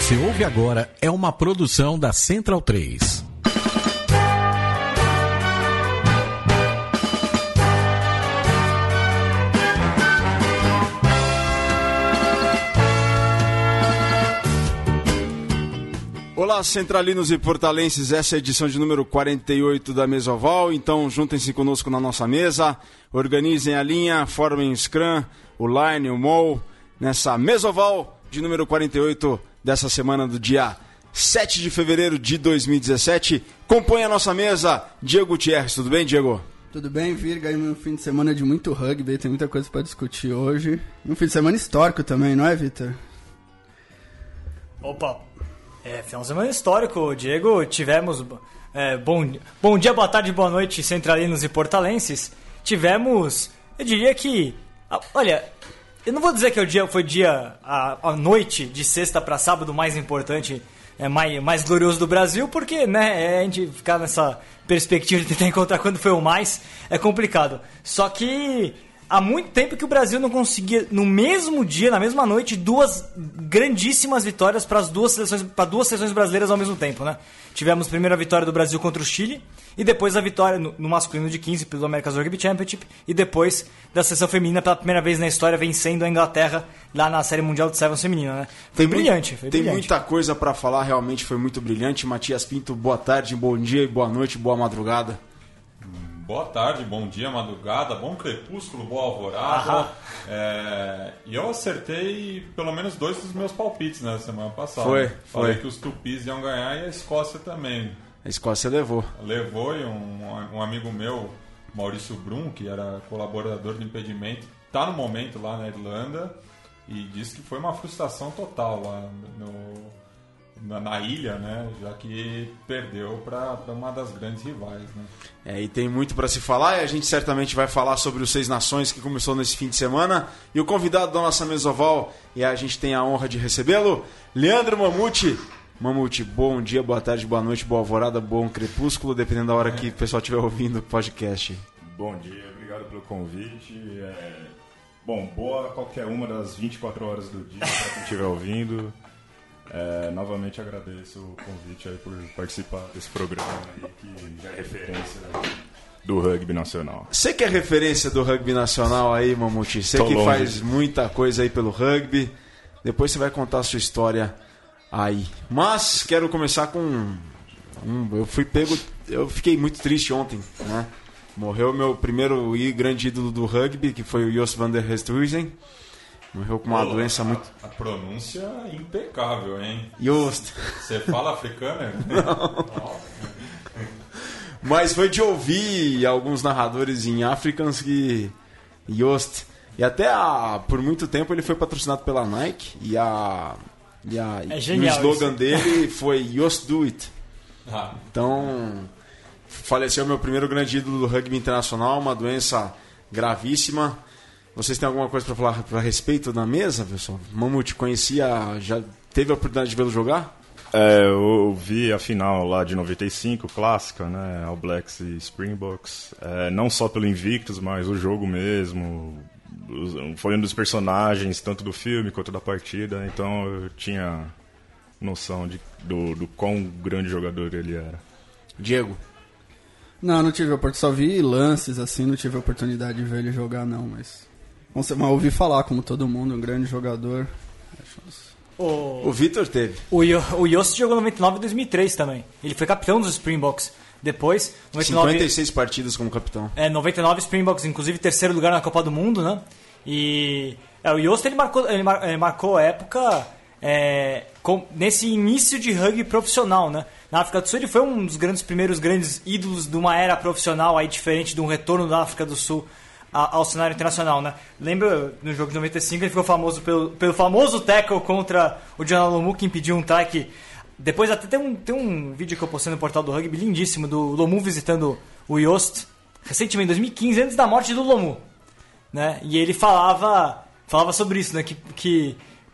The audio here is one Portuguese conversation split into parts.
você ouve agora é uma produção da Central 3. Olá, centralinos e portalenses, essa é a edição de número 48 da Mesoval, então juntem-se conosco na nossa mesa, organizem a linha, formem o Scrum, o Line, o Mol, nessa Mesoval de número 48 dessa semana do dia 7 de fevereiro de 2017. Compõe a nossa mesa, Diego Gutierrez, tudo bem, Diego? Tudo bem, Virga, e um fim de semana de muito rugby, tem muita coisa para discutir hoje. Um fim de semana histórico também, não é, Vitor? Opa! Final de semana histórico, Diego. Tivemos bom dia, boa tarde, boa noite, centralinos e portalenses. Tivemos, eu diria que, olha, eu não vou dizer que foi a noite de sexta para sábado mais importante, mais glorioso do Brasil, porque, né, a gente ficar nessa perspectiva de tentar encontrar quando foi o mais é complicado. Só que há muito tempo que o Brasil não conseguia, no mesmo dia, na mesma noite, duas grandíssimas vitórias para duas seleções brasileiras ao mesmo tempo, né? Tivemos a primeira vitória do Brasil contra o Chile e depois a vitória no masculino de 15 pelo America's Rugby Championship e depois da seleção feminina pela primeira vez na história vencendo a Inglaterra lá na Série Mundial de Sevens feminina, né? Foi brilhante. Tem muita coisa para falar, realmente foi muito brilhante. Matias Pinto, boa tarde, bom dia, boa noite, boa madrugada. Boa tarde, bom dia, madrugada, bom crepúsculo, boa alvorada. E eu acertei pelo menos 2 dos meus palpites na semana passada. Falei que os tupis iam ganhar e a Escócia também. A Escócia levou. Levou, e um amigo meu, Maurício Brum, que era colaborador do Impedimento, está no momento lá na Irlanda e disse que foi uma frustração total lá na ilha, né? Já que perdeu para uma das grandes rivais, né? E tem muito para se falar, e a gente certamente vai falar sobre os 6 Nações que começou nesse fim de semana. E o convidado da nossa Mesoval, e a gente tem a honra de recebê-lo, Leandro Mamute. Mamute, bom dia, boa tarde, boa noite, boa alvorada, bom crepúsculo, dependendo da hora que o pessoal estiver ouvindo o podcast. Bom dia, obrigado pelo convite. Boa qualquer uma das 24 horas do dia para quem estiver ouvindo. Novamente agradeço o convite aí por participar desse programa aí, que já é referência do rugby nacional. Você que é referência do rugby nacional aí, Mamute, você que faz muita coisa aí pelo rugby, depois você vai contar a sua história aí. Mas quero começar com eu fiquei muito triste ontem, né? Morreu meu primeiro e grande ídolo do rugby, que foi o Jos van der Hesthuizen. Morreu com uma doença muito... A pronúncia é impecável, hein? Joost. Você fala africano? Não. Mas foi de ouvir alguns narradores em Afrikaans que... Joost. E até por muito tempo ele foi patrocinado pela Nike. E o slogan dele foi Joost do it. Então, faleceu meu primeiro grande ídolo do rugby internacional, uma doença gravíssima. Vocês têm alguma coisa para falar a respeito da mesa, pessoal? Mamute, já teve a oportunidade de vê-lo jogar? Eu vi a final lá de 95, clássica, né? All Blacks e Springboks. Não só pelo Invictus, mas o jogo mesmo. Foi um dos personagens, tanto do filme quanto da partida. Então eu tinha noção do quão grande jogador ele era. Diego? Não tive oportunidade, só vi lances assim, não tive a oportunidade de ver ele jogar não, mas ouvi falar, como todo mundo, um grande jogador. O Vitor teve. O Joost jogou 99 e 2003 também. Ele foi capitão dos Springboks. Depois, 56 partidas como capitão. 99 Springboks, inclusive terceiro lugar na Copa do Mundo, né? E o Joost ele marcou a época nesse início de rugby profissional, né? Na África do Sul ele foi um dos primeiros grandes ídolos de uma era profissional aí diferente de um retorno da África do Sul ao cenário internacional, né? Lembra no jogo de 95 ele ficou famoso pelo famoso tackle contra o John Lomu, que impediu um try que... Depois até tem um vídeo que eu postei no portal do rugby lindíssimo do Lomu visitando o Joost recentemente, em 2015, antes da morte do Lomu, né? E ele falava sobre isso, né? Que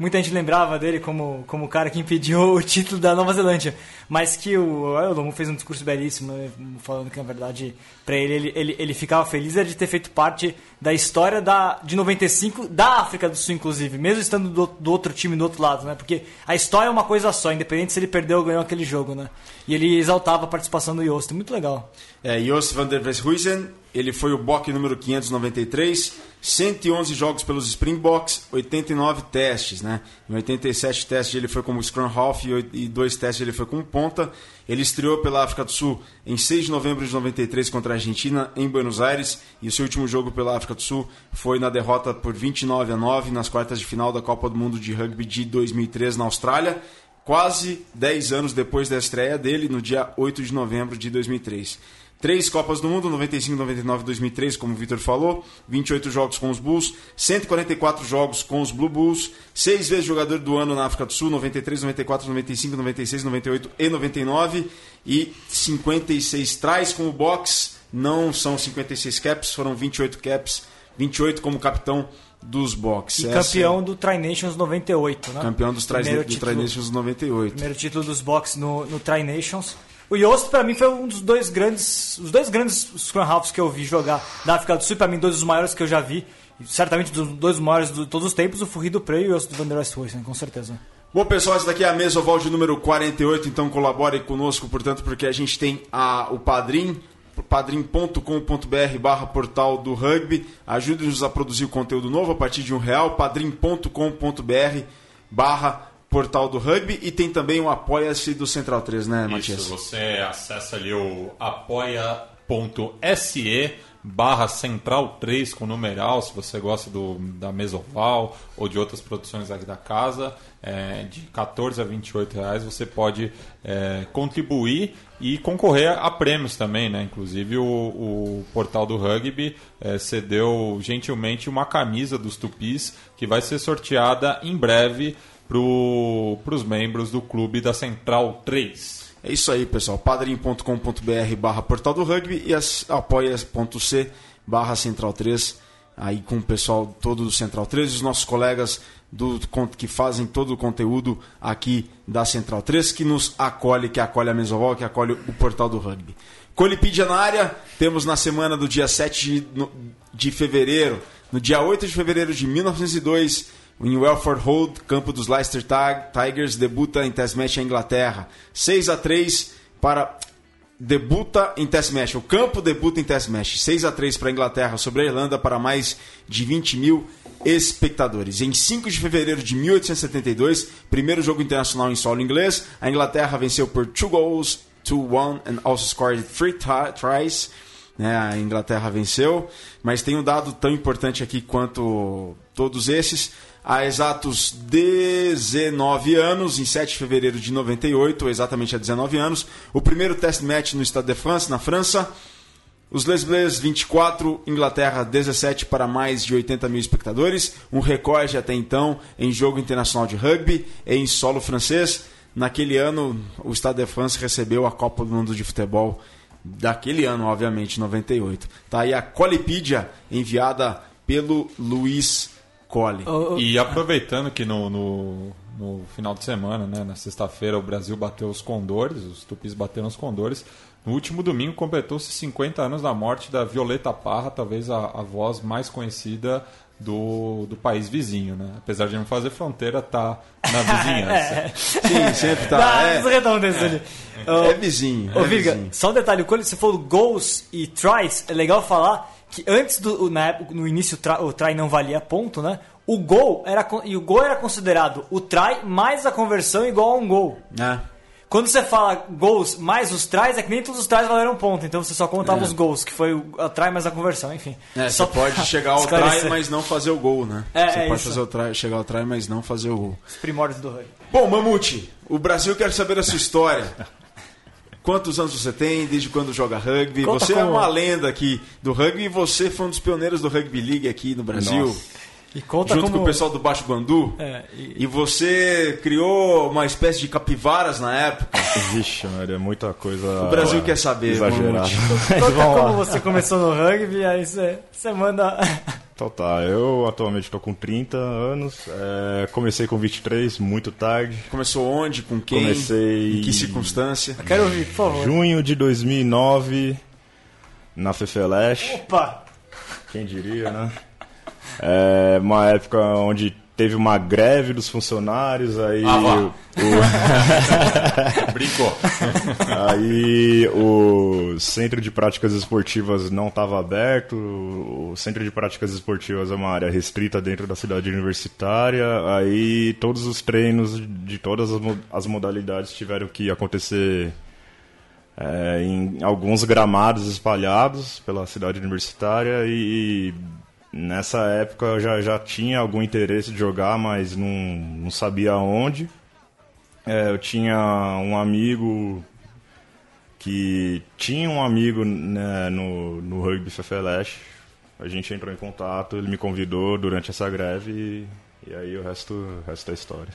muita gente lembrava dele como o cara que impediu o título da Nova Zelândia. Mas que o Lomu fez um discurso belíssimo, né, falando que, na verdade, para ele ficava feliz de ter feito parte da história de 95 da África do Sul, inclusive, mesmo estando do outro time do outro lado, né? Porque a história é uma coisa só, independente se ele perdeu ou ganhou aquele jogo, né? E ele exaltava a participação do Joost, muito legal. Joost van der Westhuizen, ele foi o Bok número 593, 111 jogos pelos Springboks, 89 testes, né? Em 87 testes ele foi como scrum half e 2 testes ele foi como ponta. Ele estreou pela África do Sul em 6 de novembro de 93 contra a Argentina, em Buenos Aires, e o seu último jogo pela África do Sul foi na derrota por 29-9 nas quartas de final da Copa do Mundo de Rugby de 2003 na Austrália, quase 10 anos depois da estreia dele, no dia 8 de novembro de 2003. 3 Copas do Mundo, 95, 99 e 2003, como o Vitor falou, 28 jogos com os Bulls, 144 jogos com os Blue Bulls, 6 vezes jogador do ano na África do Sul, 93, 94, 95, 96, 98 e 99, e 56 tries com o Boks, não são 56 caps, foram 28 caps, 28 como capitão dos Boks. E campeão do Tri Nations 98, né? Campeão dos Tri Nations 98. Primeiro título dos Boks no Tri Nations. O Joost, para mim, foi um dos dois grandes scrum halves que eu vi jogar da África do Sul. Para mim, 2 dos maiores que eu já vi. E certamente dos 2 maiores de todos os tempos, o Fourie Dupré e o Joost van der Westhuizen, com certeza. Bom, pessoal, essa daqui é a mesa oval de número 48, então colabore conosco, portanto, porque a gente tem o Padrim, padrim.com.br/portal do rugby. Ajude-nos a produzir o conteúdo novo a partir de R$1, padrim.com.br/portal do rugby, e tem também o Apoia-se do Central 3, né, Matias? Isso, você acessa ali o apoia.se/Central 3 com numeral, se você gosta da mesa oval ou de outras produções aqui da casa, de R$14 a R$28 você pode contribuir e concorrer a prêmios também, né? Inclusive o Portal do Rugby cedeu gentilmente uma camisa dos Tupis que vai ser sorteada em breve para os membros do clube da Central 3. É isso aí, pessoal. padrim.com.br/portal do rugby e apoia.c/Central 3, aí com o pessoal todo do Central 3 e os nossos colegas que fazem todo o conteúdo aqui da Central 3, que nos acolhe, que acolhe a Mesoval, que acolhe o Portal do Rugby. Colipídia na área, temos na semana do dia 7 de fevereiro, no dia 8 de fevereiro de 1902, em Welford Road, campo dos Leicester Tigers, debuta em Test Match a Inglaterra. 6-3 para... Debuta em Test Match. O campo debuta em Test Match. 6-3 para a Inglaterra sobre a Irlanda, para mais de 20 mil espectadores. Em 5 de fevereiro de 1872, primeiro jogo internacional em solo inglês, a Inglaterra venceu por 2-1 and also scored 3 tries. A Inglaterra venceu, mas tem um dado tão importante aqui quanto todos esses. Há exatos 19 anos, em 7 de fevereiro de 98, exatamente há 19 anos, o primeiro test match no Stade de France, na França. Os Les Bleus 24, Inglaterra 17 para mais de 80 mil espectadores, um recorde até então em jogo internacional de rugby em solo francês. Naquele ano, o Stade de France recebeu a Copa do Mundo de Futebol daquele ano, obviamente, 98. Tá aí a Colipídia enviada pelo Luiz Cole. E aproveitando que no final de semana, né, na sexta-feira, o Brasil bateu os Condores, os Tupis bateram os Condores. No último domingo completou-se 50 anos da morte da Violeta Parra, talvez a voz mais conhecida do país vizinho, né? Apesar de não fazer fronteira, tá na vizinhança. Sim, sempre tá. É vizinho. Ô, Virga, só um detalhe, quando você falou goals e tries, é legal falar que antes no início o try não valia ponto, né? O gol era considerado o try mais a conversão igual a um gol. Quando você fala gols mais os tries, é que nem todos os tries valeram ponto, então você só contava os gols, que foi a try mais a conversão, enfim. Você pode chegar ao try, mas não fazer o gol, né? Você pode chegar ao try, mas não fazer o gol. Os primórdios do rugby. Bom, Mamute, o Brasil quer saber a sua história. Quantos anos você tem? Desde quando joga rugby? Você é uma lenda aqui do rugby e você foi um dos pioneiros do Rugby League aqui no Brasil. Nossa. E conta junto com o pessoal do Baixo Guandu. E você criou uma espécie de capivaras na época. Vixe, Maria, muita coisa. O Brasil quer saber. Exagerado. Conta como você começou no rugby, aí você manda... Então tá, eu atualmente tô com 30 anos, comecei com 23, muito tarde. Começou onde? Com quem? Comecei... Em que circunstância? Eu quero ouvir, por favor. Junho de 2009, na FEFELESH. Opa! Quem diria, né? Uma época onde teve uma greve dos funcionários, aí... Brincou. Aí o Centro de Práticas Esportivas não estava aberto. O Centro de Práticas Esportivas é uma área restrita dentro da cidade universitária. Aí todos os treinos de todas as modalidades tiveram que acontecer em alguns gramados espalhados pela cidade universitária. E nessa época eu já tinha algum interesse de jogar, mas não sabia onde. Eu tinha um amigo que tinha um amigo, né, no Rugby FEFELESH. A gente entrou em contato, ele me convidou durante essa greve e aí o resto é história.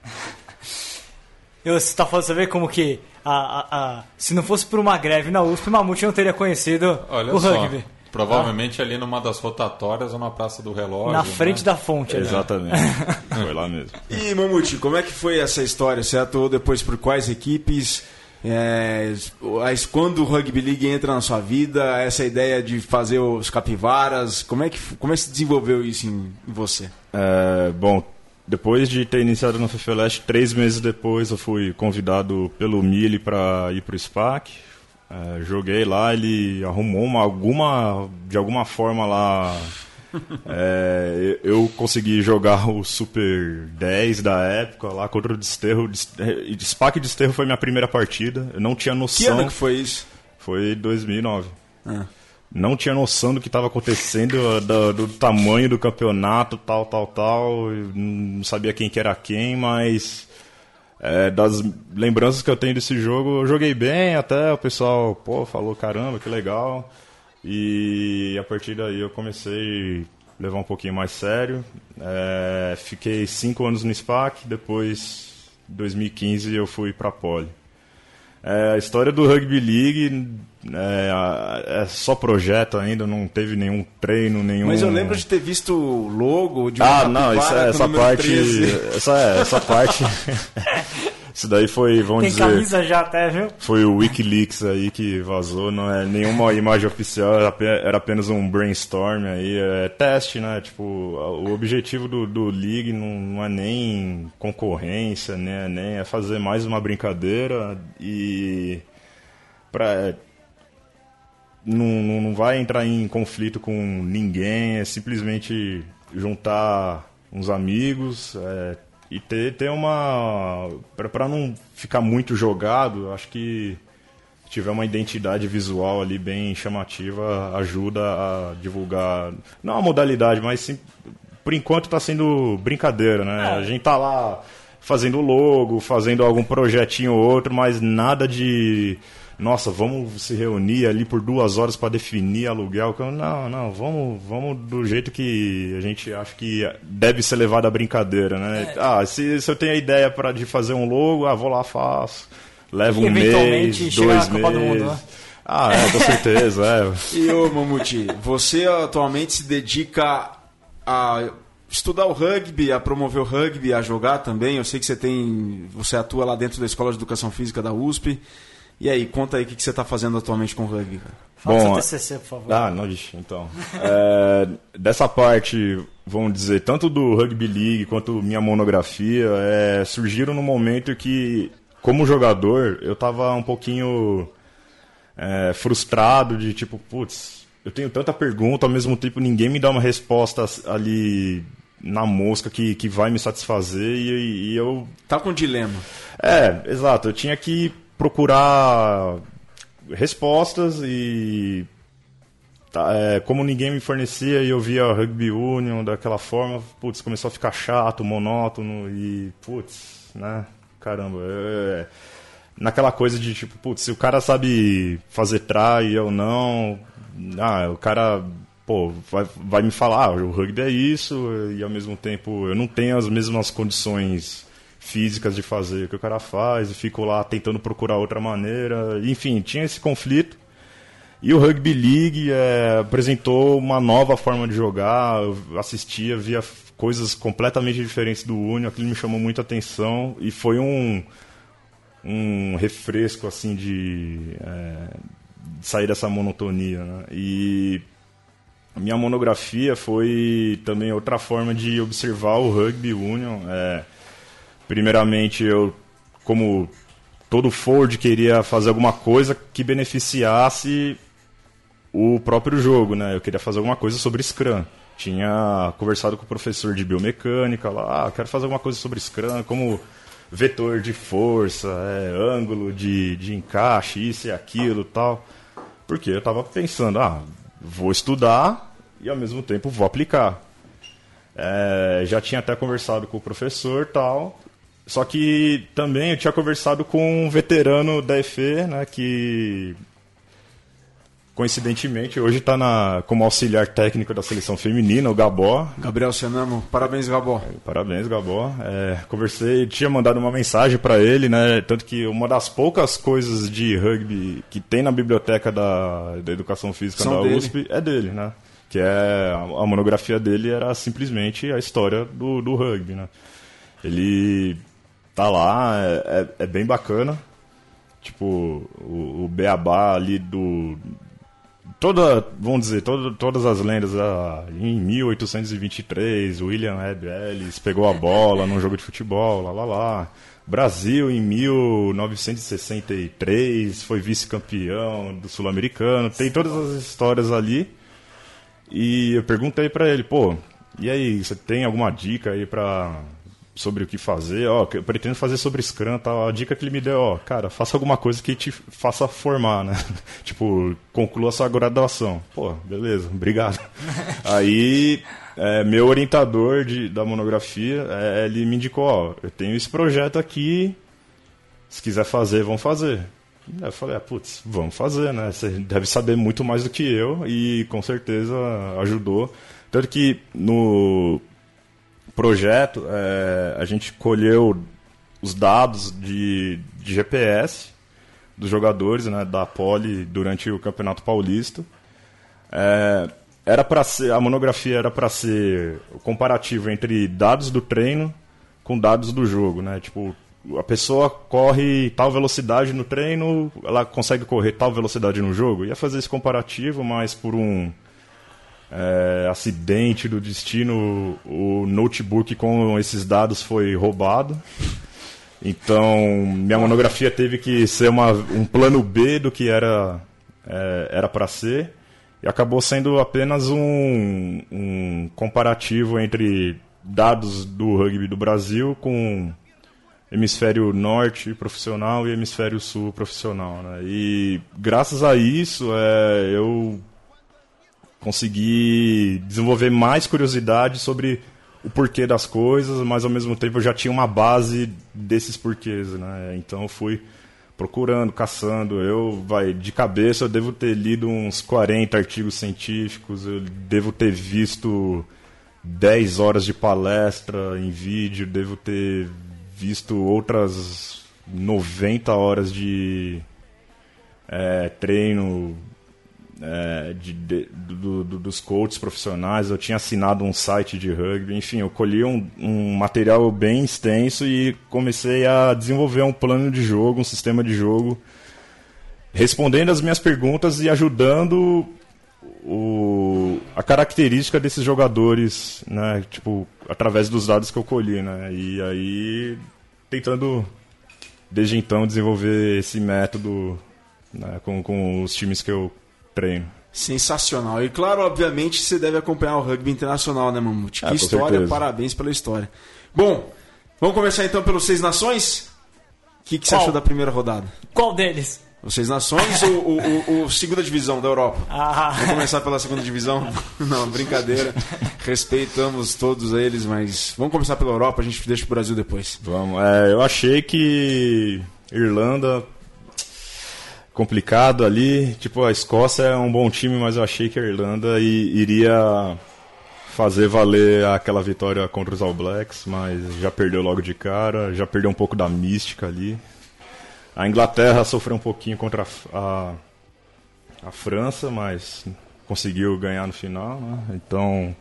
Você vê como que se não fosse por uma greve na USP, o Mamute não teria conhecido o rugby. Provavelmente ali numa das rotatórias ou na Praça do Relógio. Na frente, né? da fonte. Exatamente. Foi lá mesmo. E, Mamute, como é que foi essa história? Você atuou depois por quais equipes? Quando o Rugby League entra na sua vida, essa ideia de fazer os capivaras, como é que se desenvolveu isso em você? Bom, depois de ter iniciado no FEFELESH, 3 meses depois eu fui convidado pelo Mili para ir para o SPAC. Joguei lá, ele arrumou de alguma forma lá. Eu consegui jogar o Super 10 da época lá contra o Desterro. SPAC e Desterro foi minha primeira partida. Eu não tinha noção. Que ano que foi isso? Foi 2009. Não tinha noção do que estava acontecendo, do tamanho do campeonato, tal. Eu não sabia quem que era quem, mas... das lembranças que eu tenho desse jogo, eu joguei bem até, o pessoal falou, caramba, que legal. E a partir daí eu comecei a levar um pouquinho mais sério. Fiquei 5 anos no SPAC, depois, em 2015, eu fui para a Poli. A história do Rugby League é só projeto ainda, não teve nenhum treino, nenhum... Mas eu lembro de ter visto o logo de uma essa parte... Essa parte... Isso daí foi, vamos dizer... Tem camisa já até, viu? Foi o Wikileaks aí que vazou, não é nenhuma imagem oficial, era apenas um brainstorm aí, teste, né? Tipo, o objetivo do League não é nem concorrência, né? Nem é fazer mais uma brincadeira e... Não vai entrar em conflito com ninguém, é simplesmente juntar uns amigos... E ter uma... Para não ficar muito jogado, acho que tiver uma identidade visual ali bem chamativa ajuda a divulgar... Não a modalidade, mas sim, por enquanto está sendo brincadeira, né? A gente tá lá fazendo logo, fazendo algum projetinho ou outro, mas nada de... Nossa, vamos se reunir ali por 2 horas para definir aluguel. Não, vamos do jeito que a gente acha que deve ser levado à brincadeira, né? Se eu tenho a ideia de fazer um logo, vou lá, faço. Levo um mês, 2 meses. Mundo, né? Com certeza, E ô, Mamute, você atualmente se dedica a estudar o rugby, a promover o rugby, a jogar também. Eu sei que você atua lá dentro da Escola de Educação Física da USP. E aí, conta aí o que você está fazendo atualmente com o rugby, cara. Fala seu TCC, por favor. Então. Dessa parte, vamos dizer, tanto do Rugby League quanto minha monografia, surgiram no momento que, como jogador, eu estava um pouquinho frustrado de tipo, putz, eu tenho tanta pergunta, ao mesmo tempo ninguém me dá uma resposta ali na mosca que vai me satisfazer e eu... Tá com um dilema. Exato, eu tinha que procurar respostas e como ninguém me fornecia e eu via a Rugby Union daquela forma, começou a ficar chato, monótono e, né, caramba, naquela coisa de tipo, se o cara sabe fazer try e eu não, o cara, vai me falar, o rugby é isso e ao mesmo tempo eu não tenho as mesmas condições físicas de fazer o que o cara faz, e fico lá tentando procurar outra maneira, enfim, tinha esse conflito. E o Rugby League apresentou uma nova forma de jogar, eu assistia, via coisas completamente diferentes do Union, aquilo me chamou muita atenção e foi um refresco assim de sair dessa monotonia, né? E a minha monografia foi também outra forma de observar o Rugby Union. Primeiramente, eu, como todo forward, queria fazer alguma coisa que beneficiasse o próprio jogo, né? Eu queria fazer alguma coisa sobre Scrum. Tinha conversado com o professor de biomecânica lá, quero fazer alguma coisa sobre Scrum, como vetor de força, ângulo de encaixe, isso e aquilo, tal. Porque eu estava pensando, vou estudar e ao mesmo tempo vou aplicar. Já tinha até conversado com o professor, tal. Só que também eu tinha conversado com um veterano da EFE, né, que coincidentemente hoje está como auxiliar técnico da seleção feminina, o Gabó. Gabriel Senamo, parabéns, Gabó. Parabéns, Gabó. Conversei, tinha mandado uma mensagem para ele, né, tanto que uma das poucas coisas de rugby que tem na biblioteca da Educação Física da USP é dele, né, que a monografia dele era simplesmente a história do rugby, né. Ele tá lá, é bem bacana, tipo, o beabá ali vamos dizer, todas as lendas, em 1823, William Webb Ellis pegou a bola num jogo de futebol, lá. Brasil, em 1963, foi vice-campeão do Sul-Americano, tem todas as histórias ali. E eu perguntei pra ele, e aí, você tem alguma dica aí sobre o que fazer? Eu pretendo fazer sobre Scrum, tal. A dica que ele me deu, cara, faça alguma coisa que te faça formar, né? Tipo, conclua sua graduação. Beleza, obrigado. Aí, meu orientador da monografia, ele me indicou, eu tenho esse projeto aqui, se quiser fazer, vamos fazer. Aí eu falei, vamos fazer, né? Você deve saber muito mais do que eu e com certeza ajudou. Tanto que no projeto, a gente colheu os dados de GPS dos jogadores, né, da Poli durante o Campeonato Paulista. A monografia era para ser o comparativo entre dados do treino com dados do jogo, né? Tipo, a pessoa corre tal velocidade no treino, ela consegue correr tal velocidade no jogo. Ia fazer esse comparativo, mas por um acidente do destino, o notebook com esses dados foi roubado. Então, minha monografia teve que ser um plano B do que era para ser. E acabou sendo apenas um comparativo entre dados do rugby do Brasil com hemisfério norte profissional e hemisfério sul profissional, né? E graças a isso, eu consegui desenvolver mais curiosidade sobre o porquê das coisas, mas ao mesmo tempo eu já tinha uma base desses porquês, né? Então eu fui procurando, caçando. De cabeça eu devo ter lido uns 40 artigos científicos, eu devo ter visto 10 horas de palestra em vídeo, devo ter visto outras 90 horas de treino dos coaches profissionais. Eu tinha assinado um site de rugby, enfim, eu colhi um material bem extenso e comecei a desenvolver um plano de jogo, um sistema de jogo, respondendo as minhas perguntas e ajudando a característica desses jogadores, né, tipo, através dos dados que eu colhi, né, e aí tentando desde então desenvolver esse método, né, com os times que eu treino. Sensacional. E claro, obviamente, você deve acompanhar o rugby internacional, né, Mamute? Que história, certeza. Parabéns pela história. Bom, vamos começar então pelos Seis Nações? O que você achou da primeira rodada? Qual deles? Os Seis Nações ou segunda divisão da Europa? Vamos começar pela segunda divisão? Não, brincadeira. Respeitamos todos eles, mas vamos começar pela Europa, a gente deixa o Brasil depois. Vamos. Eu achei que Irlanda... complicado ali, tipo, a Escócia é um bom time, mas eu achei que a Irlanda iria fazer valer aquela vitória contra os All Blacks, mas já perdeu logo de cara, já perdeu um pouco da mística ali. A Inglaterra sofreu um pouquinho contra a França, mas conseguiu ganhar no final, né? Então,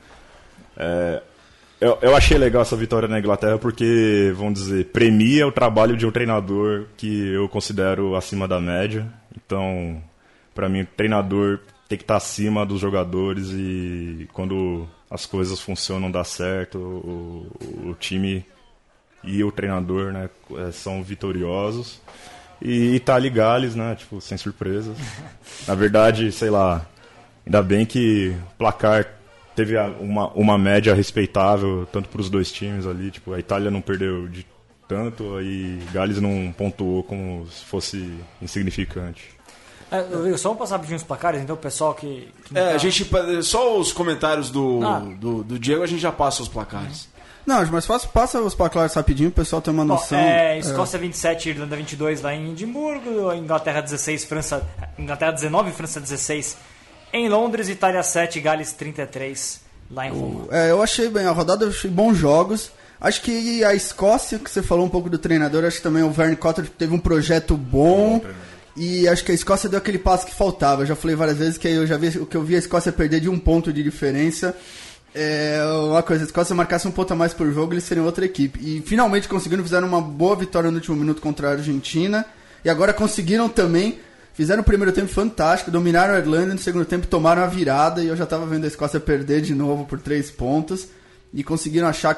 eu achei legal essa vitória na Inglaterra porque, vamos dizer, premia o trabalho de um treinador que eu considero acima da média. Então, para mim, o treinador tem que estar acima dos jogadores e quando as coisas funcionam, dá certo, o time e o treinador, né, são vitoriosos. E Itália e Gales, né, tipo, sem surpresas. Na verdade, sei lá, ainda bem que o placar teve uma média respeitável, tanto para os dois times ali. Tipo, a Itália não perdeu de tanto, aí Gales não pontuou como se fosse insignificante. Só vamos passar rapidinho os placares, então o pessoal que a gente, só os comentários do Diego, a gente já passa os placares. Não, mas passa os placares rapidinho, o pessoal tem uma noção. Escócia 27, Irlanda 22 lá em Edimburgo, Inglaterra 16, Inglaterra 19, França 16 em Londres, Itália 7, Gales 33 lá em Roma. Eu achei bem a rodada, eu achei bons jogos. Acho que a Escócia, que você falou um pouco do treinador, acho que também o Vern Cotter teve um projeto bom. E acho que a Escócia deu aquele passo que faltava. Eu já falei várias vezes que o que eu vi a Escócia perder de 1 ponto de diferença. Uma coisa, se a Escócia marcasse 1 ponto a mais por jogo, eles seriam outra equipe. E finalmente conseguiram, fizeram uma boa vitória no último minuto contra a Argentina. E agora conseguiram também, fizeram o primeiro tempo fantástico, dominaram a Irlanda, no segundo tempo tomaram a virada. E eu já estava vendo a Escócia perder de novo por 3 pontos. E conseguiram achar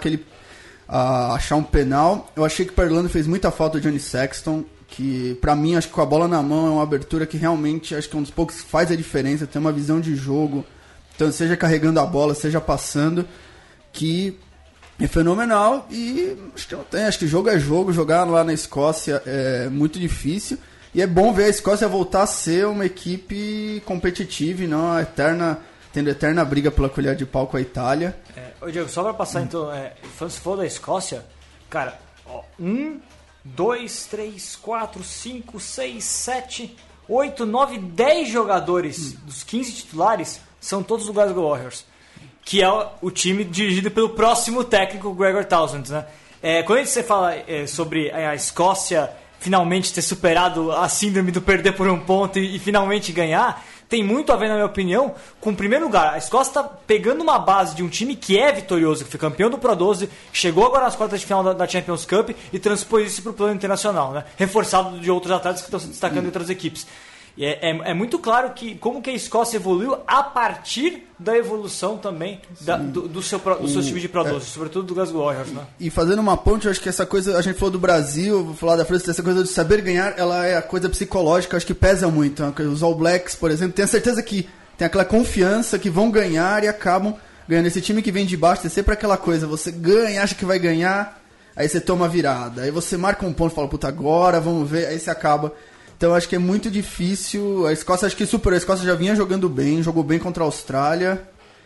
um penal. Eu achei que para a Irlanda fez muita falta o Johnny Sexton, que pra mim, acho que com a bola na mão é uma abertura que realmente acho que é um dos poucos que faz a diferença, tem uma visão de jogo, então seja carregando a bola, seja passando, que é fenomenal. E acho que jogo é jogo, jogar lá na Escócia é muito difícil, e é bom ver a Escócia voltar a ser uma equipe competitiva e não tendo eterna briga pela colher de pau com a Itália. Diego, só pra passar então, se for da Escócia, cara, 1, 2, 3, 4, 5, 6, 7, 8, 9, 10 jogadores dos 15 titulares são todos do Glasgow Warriors, que é o time dirigido pelo próximo técnico, Gregor Townsend, né? Quando você fala sobre a Escócia finalmente ter superado a síndrome do perder por 1 ponto e finalmente ganhar, tem muito a ver, na minha opinião, com, em primeiro lugar, a Escócia está pegando uma base de um time que é vitorioso, que foi campeão do Pro 12, chegou agora nas quartas de final da Champions Cup e transpôs isso para o plano internacional, né? Reforçado de outros atletas que estão se destacando em outras equipes. E é muito claro como que a Escócia evoluiu a partir da evolução também do seu time de Pro 12, sobretudo do Glasgow Warriors, né? E fazendo uma ponte, eu acho que essa coisa, a gente falou do Brasil, vou falar da França, essa coisa de saber ganhar, ela é a coisa psicológica, acho que pesa muito. Os All Blacks, por exemplo, tenho certeza que tem aquela confiança que vão ganhar e acabam ganhando. Esse time que vem de baixo, é sempre aquela coisa, você ganha, acha que vai ganhar, aí você toma a virada, aí você marca um ponto e fala, puta, agora vamos ver, aí você acaba. Então acho que é muito difícil. A Escócia acho que superou. A Escócia já vinha jogando bem, jogou bem contra a Austrália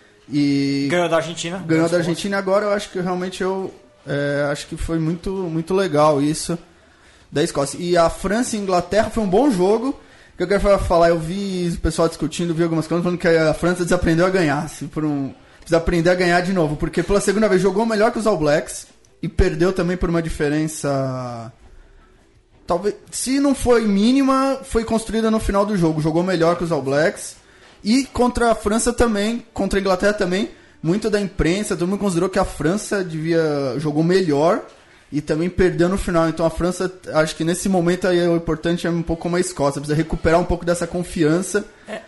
e ganhou da Argentina. Ganhou da Argentina e agora eu acho que realmente acho que foi muito, muito legal isso da Escócia. E a França e a Inglaterra foi um bom jogo. Que eu quero falar, eu vi o pessoal discutindo, vi algumas coisas falando que a França desaprendeu a ganhar. Precisa aprender a ganhar de novo, porque pela segunda vez jogou melhor que os All Blacks e perdeu também por uma diferença. Talvez, se não foi mínima, foi construída no final do jogo. Jogou melhor que os All Blacks. E contra a França também, contra a Inglaterra também, muito da imprensa, todo mundo considerou que a França jogou melhor e também perdeu no final. Então a França, acho que nesse momento aí o importante é um pouco como a Escócia, precisa recuperar um pouco dessa confiança.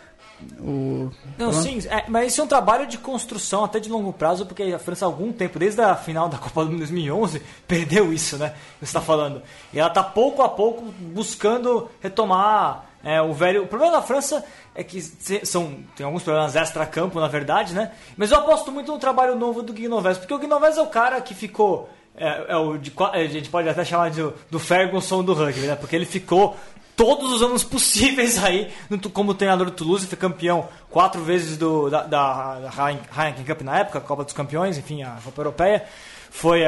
Sim, mas isso é um trabalho de construção até de longo prazo, porque a França há algum tempo, desde a final da Copa do Mundo 2011, perdeu isso, né? Você está falando. E ela está pouco a pouco buscando retomar o velho. O problema da França é que tem alguns problemas extra-campo, na verdade, né? Mas eu aposto muito no trabalho novo do Guy Novès, porque o Guy Novès é o cara que ficou. A gente pode até chamar do Ferguson do rugby, né? Porque ele ficou todos os anos possíveis aí como treinador do Toulouse, foi campeão 4 vezes da Heineken Cup na época, a Copa dos Campeões, enfim, a Copa Europeia. foi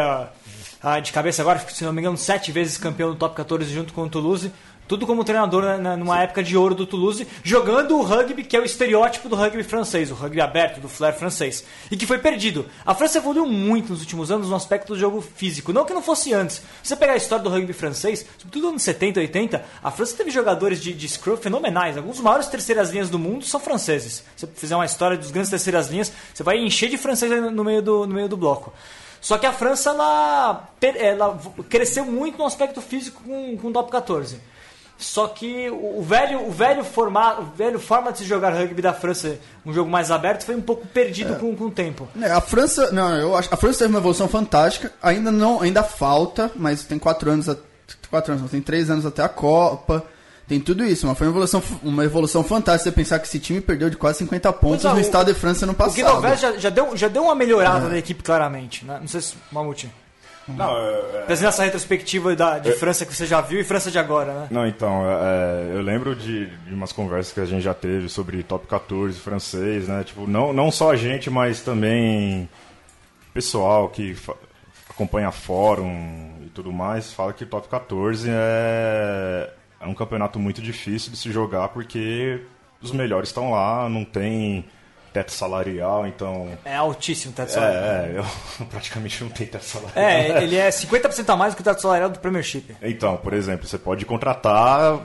de cabeça agora, se não me engano, 7 vezes campeão do Top 14 junto com o Toulouse. Tudo como treinador numa época de ouro do Toulouse, jogando o rugby, que é o estereótipo do rugby francês, o rugby aberto, do flair francês, e que foi perdido. A França evoluiu muito nos últimos anos no aspecto do jogo físico, não que não fosse antes. Se você pegar a história do rugby francês, sobretudo nos anos 70, 80, a França teve jogadores de scrum fenomenais. Alguns dos maiores terceiras linhas do mundo são franceses. Se você fizer uma história dos grandes terceiras linhas, você vai encher de francês no meio do bloco. Só que a França ela cresceu muito no aspecto físico com o Top 14. Só que o velho forma de se jogar rugby da França, um jogo mais aberto, foi um pouco perdido com o tempo. A França, eu acho, a França teve uma evolução fantástica, ainda falta, mas tem 4 anos, tem 3 anos até a Copa, tem tudo isso, mas foi uma evolução fantástica você pensar que esse time perdeu de quase 50 pontos no Estado de França no passado. O Guidovel já deu uma melhorada da equipe, claramente, né? Não sei se Mamute. Não, Trazendo essa retrospectiva de França que você já viu e França de agora, né? Não, então, eu lembro de umas conversas que a gente já teve sobre Top 14 francês, né? Tipo, não só a gente, mas também pessoal que acompanha fórum e tudo mais, fala que Top 14 é um campeonato muito difícil de se jogar porque os melhores estão lá, não tem teto salarial, então... É altíssimo o teto salarial. Eu praticamente não tenho teto salarial. Ele é 50% a mais do que o teto salarial do Premiership. Então, por exemplo, você pode contratar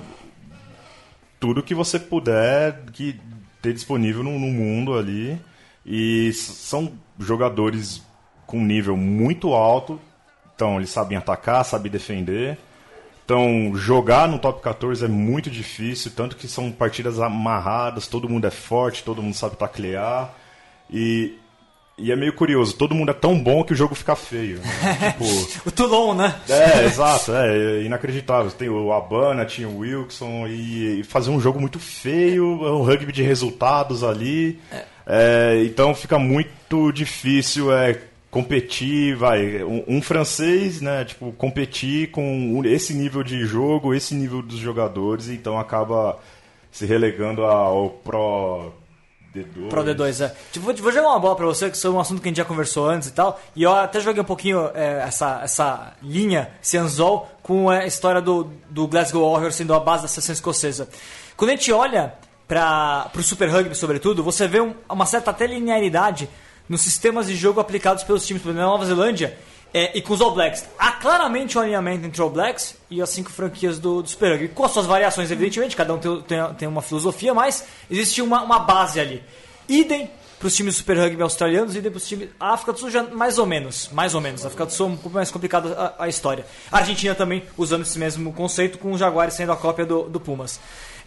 tudo que você puder ter disponível no mundo ali, e são jogadores com nível muito alto, então eles sabem atacar, sabem defender. Então, jogar no Top 14 é muito difícil, tanto que são partidas amarradas, todo mundo é forte, todo mundo sabe taclear. E é meio curioso, todo mundo é tão bom que o jogo fica feio. Né? O Toulon, né? Exato, é inacreditável. Tem o Abana, tinha o Wilson, e fazer um jogo muito feio, um rugby de resultados ali. Então fica muito difícil competir, um francês, né, tipo, competir com esse nível de jogo, esse nível dos jogadores, então acaba se relegando ao Pro D2. Pro D2, Vou jogar uma bola pra você, que isso é um assunto que a gente já conversou antes e tal, e eu até joguei um pouquinho essa linha, esse anzol, com a história do Glasgow Warriors sendo a base da seleção escocesa. Quando a gente olha pro Super Rugby, sobretudo, você vê uma certa até linearidade nos sistemas de jogo aplicados pelos times, por exemplo, na Nova Zelândia e com os All Blacks. Há claramente um alinhamento entre All Blacks e as 5 franquias do Super Rugby, com as suas variações, evidentemente, cada um tem uma filosofia, mas existe uma base ali. Idem para os times do Super Rugby australianos, idem para os times... A África do Sul já mais ou menos. A África do Sul é um pouco mais complicada a história. A Argentina também usando esse mesmo conceito, com o Jaguares sendo a cópia do Pumas.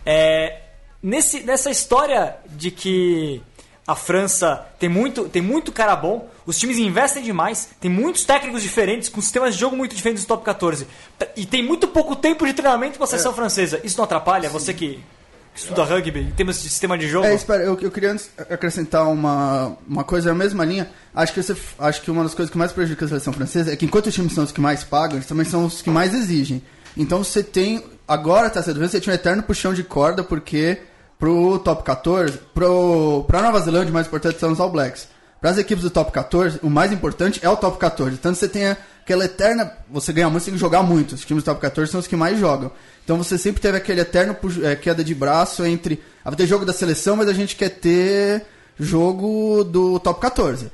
Nessa história de que a França tem muito cara bom, os times investem demais, tem muitos técnicos diferentes, com sistemas de jogo muito diferentes do Top 14. E tem muito pouco tempo de treinamento com a seleção francesa. Isso não atrapalha? Sim. Você que estuda rugby, em termos de sistema de jogo? Espera, eu queria acrescentar uma coisa na mesma linha. Acho que uma das coisas que mais prejudica a seleção francesa é que enquanto os times são os que mais pagam, eles também são os que mais exigem. Então você tem... Agora, você tinha um eterno puxão de corda, porque... Pro Top 14, pra Nova Zelândia, o mais importante são os All Blacks. Para as equipes do Top 14, o mais importante é o Top 14. Tanto você tem aquela eterna... Você ganha muito, você tem que jogar muito. Os times do Top 14 são os que mais jogam. Então você sempre teve aquele eterno queda de braço entre... Vai ter jogo da seleção, mas a gente quer ter jogo do Top 14.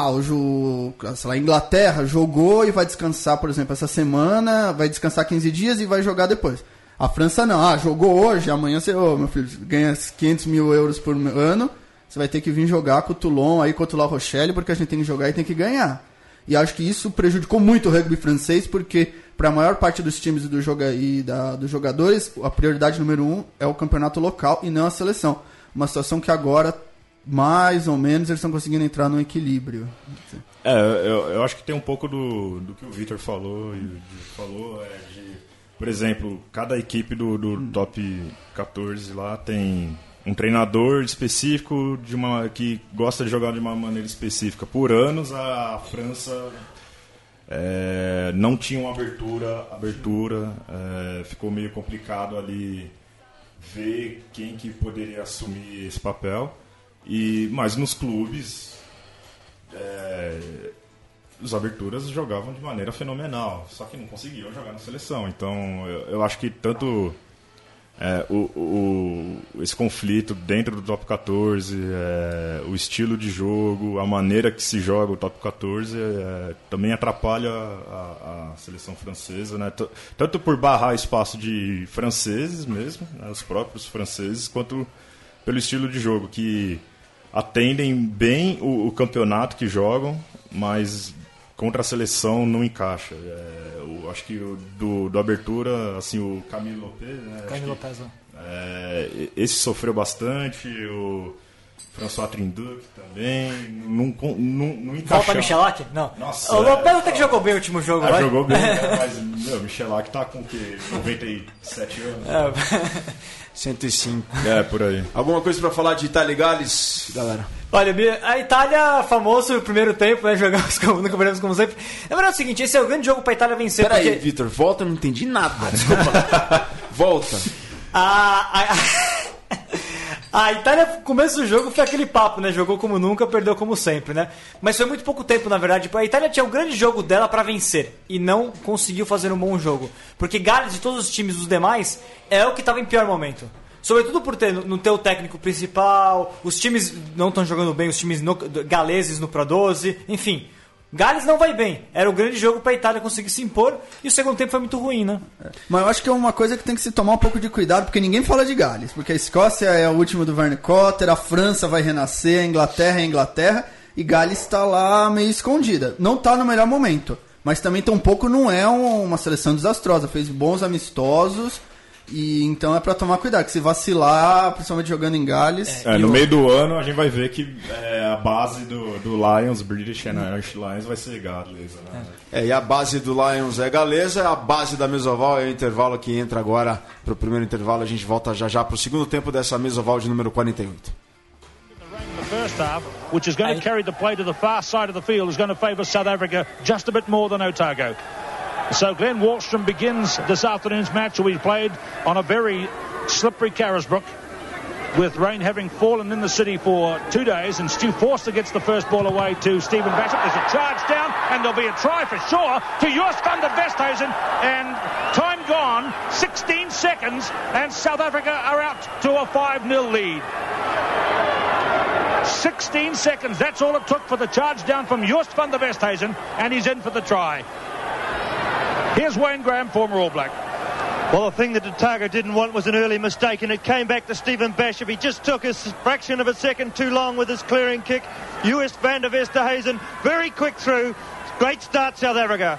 Sei lá, a Inglaterra jogou e vai descansar, por exemplo, essa semana, vai descansar 15 dias e vai jogar depois. A França não, jogou hoje, amanhã você, meu filho, ganha 500 mil euros por ano, você vai ter que vir jogar com o Toulon, aí contra o La Rochelle, porque a gente tem que jogar e tem que ganhar. E acho que isso prejudicou muito o rugby francês, porque para a maior parte dos times dos jogadores, a prioridade número 1 é o campeonato local e não a seleção. Uma situação que agora, mais ou menos, eles estão conseguindo entrar no equilíbrio. Eu acho que tem um pouco do que o Victor falou, por exemplo, cada equipe do Top 14 lá tem um treinador específico que gosta de jogar de uma maneira específica. Por anos, a França não tinha uma abertura, ficou meio complicado ali ver quem que poderia assumir esse papel. Mas nos clubes... os aberturas jogavam de maneira fenomenal, só que não conseguiam jogar na seleção. Então eu acho que tanto esse conflito dentro do top 14, o estilo de jogo, a maneira que se joga o top 14 também atrapalha a seleção francesa, né? Tanto por barrar espaço de franceses mesmo, né? Os próprios franceses, quanto pelo estilo de jogo, que atendem bem o campeonato que jogam, mas contra a seleção não encaixa. Acho que do abertura, assim, o Camille Lopez, né? Camille Lopez, esse sofreu bastante, o François Trinduc também, não encaixou. Volta Michelak? Não. Nossa, o Lopez até que jogou bem o último jogo. Jogou bem, mas Michelak tá com o quê? 97 anos? 105. Por aí. Alguma coisa pra falar de Itália e Gales, galera? Olha, a Itália, famoso no primeiro tempo, né? Jogamos como sempre. Na verdade é o seguinte, esse é o grande jogo pra Itália vencer. Peraí, Vitor, volta, eu não entendi nada. Desculpa. Volta. A Itália, começo do jogo, foi aquele papo, né? Jogou como nunca, perdeu como sempre, né? Mas foi muito pouco tempo, na verdade. A Itália tinha o grande jogo dela pra vencer e não conseguiu fazer um bom jogo. Porque Gales, de todos os times dos demais, é o que estava em pior momento. Sobretudo por não ter o técnico principal, os times não estão jogando bem, os times galeses no Pro 12, enfim. Gales não vai bem. Era o grande jogo para a Itália conseguir se impor e o segundo tempo foi muito ruim, né? Mas eu acho que é uma coisa que tem que se tomar um pouco de cuidado, porque ninguém fala de Gales. Porque a Escócia é o último do Verne Cotter, a França vai renascer, a Inglaterra é a Inglaterra, e Gales está lá meio escondida. Não está no melhor momento, mas também tampouco não é uma seleção desastrosa. Fez bons amistosos. E então é pra tomar cuidado, que se vacilar, principalmente jogando em Gales. No meio do ano a gente vai ver que a base do Lions, British and Irish Lions, vai ser galesa, né? E a base do Lions é galesa, a base da Mesoval é o intervalo que entra agora pro primeiro intervalo. A gente volta já pro segundo tempo dessa Mesoval de número 48. The first half, which is going to carry the play to the far side of the field, is going to favour South Africa just a bit more than Otago. So Glenn Wallstrom begins this afternoon's match, will be played on a very slippery Carisbrook, with rain having fallen in the city for 2 days, and Stu Forster gets the first ball away to Stephen Basham. There's a charge down, and there'll be a try for sure to Joost van der Westhuizen, and time gone, 16 seconds, and South Africa are out to a 5-0 lead. 16 seconds, that's all it took for the charge down from Joost van der Westhuizen, and he's in for the try. Here's Wayne Graham, former All Black. Well, the thing that Otago didn't want was an early mistake, and it came back to Stephen Basham. He just took a fraction of a second too long with his clearing kick. Joost van der Westhuizen, very quick through. Great start, South Africa.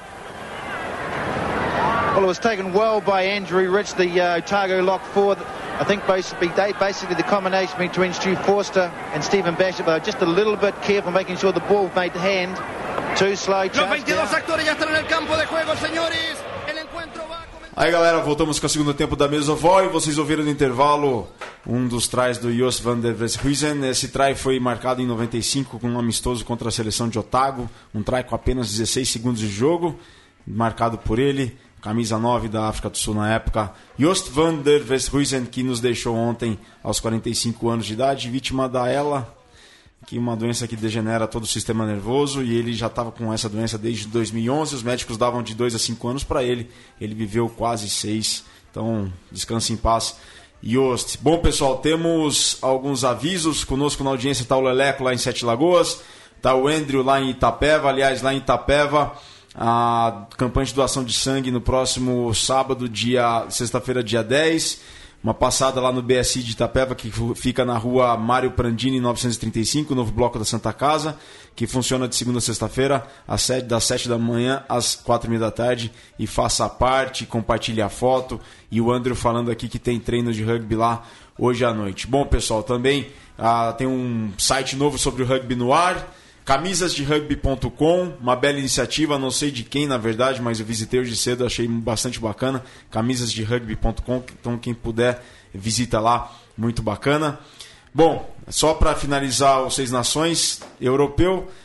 Well, it was taken well by Andrew Rich, the Otago lock forward. I think basically the combination between Stu Forster and Stephen Basham are just a little bit careful, making sure the ball made hand. Too slow. Los 22 actores ya están en el campo de juego, señores. El encuentro va a comenzar. Aí, galera, voltamos com o segundo tempo da Mesoval e vocês ouviram no intervalo um dos tries do Joost van der Westhuizen. Esse try foi marcado em 95 com um amistoso contra a seleção de Otago, um try com apenas 16 segundos de jogo, marcado por ele, camisa 9 da África do Sul na época, Joost van der Westhuizen, que nos deixou ontem aos 45 anos de idade, vítima da ELA, que é uma doença que degenera todo o sistema nervoso, e ele já estava com essa doença desde 2011, os médicos davam de 2 a 5 anos para ele viveu quase 6, então descanse em paz, Joost. Bom, pessoal, temos alguns avisos, conosco na audiência está o Leleco lá em Sete Lagoas, está o Andrew lá em Itapeva, aliás, lá em Itapeva, a campanha de doação de sangue no próximo sábado, sexta-feira, dia 10, uma passada lá no BSI de Itapeva, que fica na rua Mário Prandini, 935, novo bloco da Santa Casa, que funciona de segunda a sexta-feira, das 7 da manhã às 4h30 da tarde, e faça parte, compartilhe a foto, e o Andrew falando aqui que tem treino de rugby lá hoje à noite. Bom, pessoal, também tem um site novo sobre o rugby no ar, camisasderugby.com, uma bela iniciativa, não sei de quem na verdade, mas eu visitei hoje cedo, achei bastante bacana, camisasderugby.com, então quem puder visita lá, muito bacana. Bom, só para finalizar os Seis Nações europeu,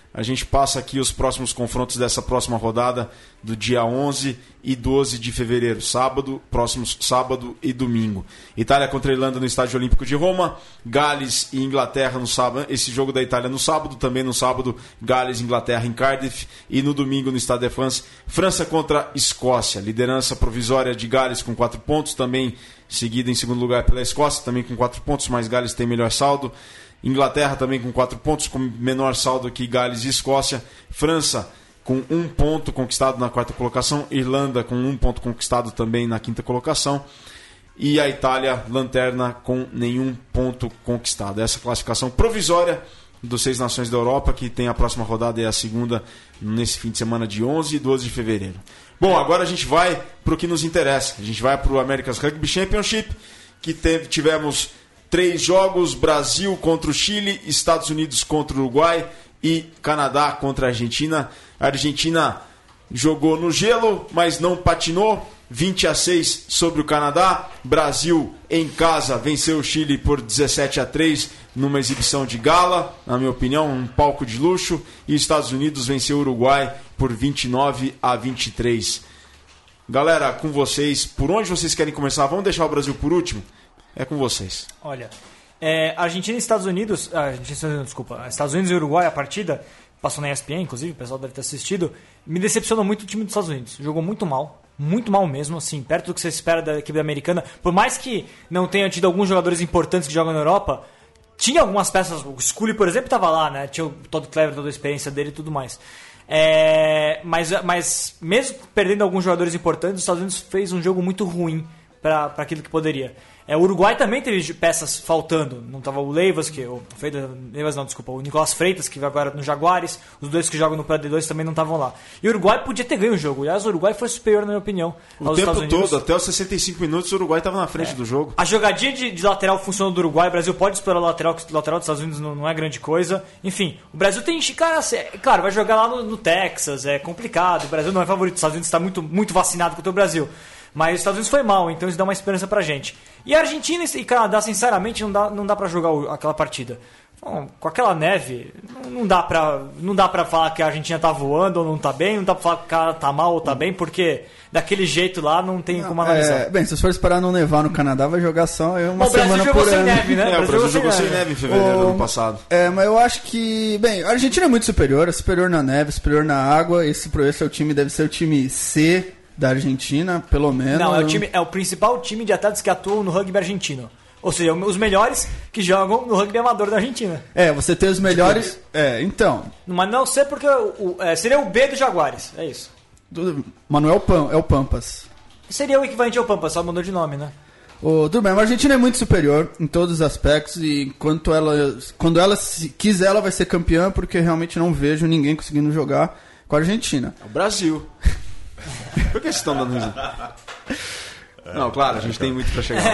a gente passa aqui os próximos confrontos dessa próxima rodada do dia 11 e 12 de fevereiro, próximos sábado e domingo. Itália contra a Irlanda no Estádio Olímpico de Roma, Gales e Inglaterra no sábado, esse jogo da Itália no sábado, também no sábado Gales e Inglaterra em Cardiff, e no domingo no Stade de France, França contra Escócia, liderança provisória de Gales com 4 pontos, também seguida em segundo lugar pela Escócia, também com 4 pontos, mas Gales tem melhor saldo. Inglaterra também com 4 pontos, com menor saldo que Gales e Escócia. França com 1 ponto conquistado na 4ª colocação. Irlanda com 1 ponto conquistado também na 5ª colocação. E a Itália, lanterna, com nenhum ponto conquistado. Essa classificação provisória dos 6 nações da Europa, que tem a próxima rodada e a segunda nesse fim de semana de 11 e 12 de fevereiro. Bom, agora a gente vai para o que nos interessa. A gente vai para o America's Rugby Championship, que tivemos 3 jogos: Brasil contra o Chile, Estados Unidos contra o Uruguai e Canadá contra a Argentina. A Argentina jogou no gelo, mas não patinou. 20-6 sobre o Canadá. Brasil em casa venceu o Chile por 17-3 numa exibição de gala, na minha opinião, um palco de luxo. E Estados Unidos venceu o Uruguai por 29-23. Galera, com vocês, por onde vocês querem começar? Vamos deixar o Brasil por último? É com vocês. Olha, Argentina e Estados Unidos... Estados Unidos e Uruguai, a partida, passou na ESPN, inclusive, o pessoal deve ter assistido, me decepcionou muito o time dos Estados Unidos. Jogou muito mal mesmo, assim, perto do que você espera da equipe americana. Por mais que não tenha tido alguns jogadores importantes que jogam na Europa, tinha algumas peças, o Scully, por exemplo, estava lá, né? Tinha o Todd Clever, toda a experiência dele e tudo mais. Mas mesmo perdendo alguns jogadores importantes, os Estados Unidos fez um jogo muito ruim para aquilo que poderia. O Uruguai também teve peças faltando. Não estava o Leivas, o Nicolás Freitas, que vai agora no Jaguares. Os 2 que jogam no Play 2 também não estavam lá. E o Uruguai podia ter ganho o jogo. Aliás, o Uruguai foi superior, na minha opinião, aos Estados Unidos. O tempo todo, até os 65 minutos, o Uruguai estava na frente do jogo. A jogadinha de lateral funcionou do Uruguai. O Brasil pode explorar o lateral, que o lateral dos Estados Unidos não é grande coisa. Enfim, o Brasil tem... Claro, vai jogar lá no Texas, é complicado. O Brasil não é favorito. Os Estados Unidos está muito, muito vacinado contra o Brasil. Mas os Estados Unidos foi mal, então isso dá uma esperança pra gente. E a Argentina e Canadá, sinceramente, não dá pra jogar aquela partida. Bom, com aquela neve, não dá pra falar que a Argentina tá voando ou não tá bem, não dá pra falar que o cara tá mal ou tá bem, porque daquele jeito lá não tem como analisar. Bem, se você for esperar não nevar no Canadá, vai jogar só uma semana por ano. O Brasil jogou sem neve, né? O Brasil jogou sem neve em fevereiro do ano passado. Mas eu acho que... Bem, a Argentina é muito superior, na neve, superior na água. Esse é o time, deve ser o time C da Argentina, pelo menos. Não, é o principal time de atletas que atuam no rugby argentino. Ou seja, os melhores que jogam no rugby amador da Argentina. Você tem os melhores... então... Mas não sei porque... seria o B do Jaguares, é isso. Mas não é o Pampas. Seria o equivalente ao Pampas, só mudou de nome, né? Tudo bem, mas a Argentina é muito superior em todos os aspectos. E quando ela quiser, ela vai ser campeã, porque realmente não vejo ninguém conseguindo jogar com a Argentina. É o Brasil. Por que vocês estão dando risada? Não, claro, a gente tem muito pra chegar.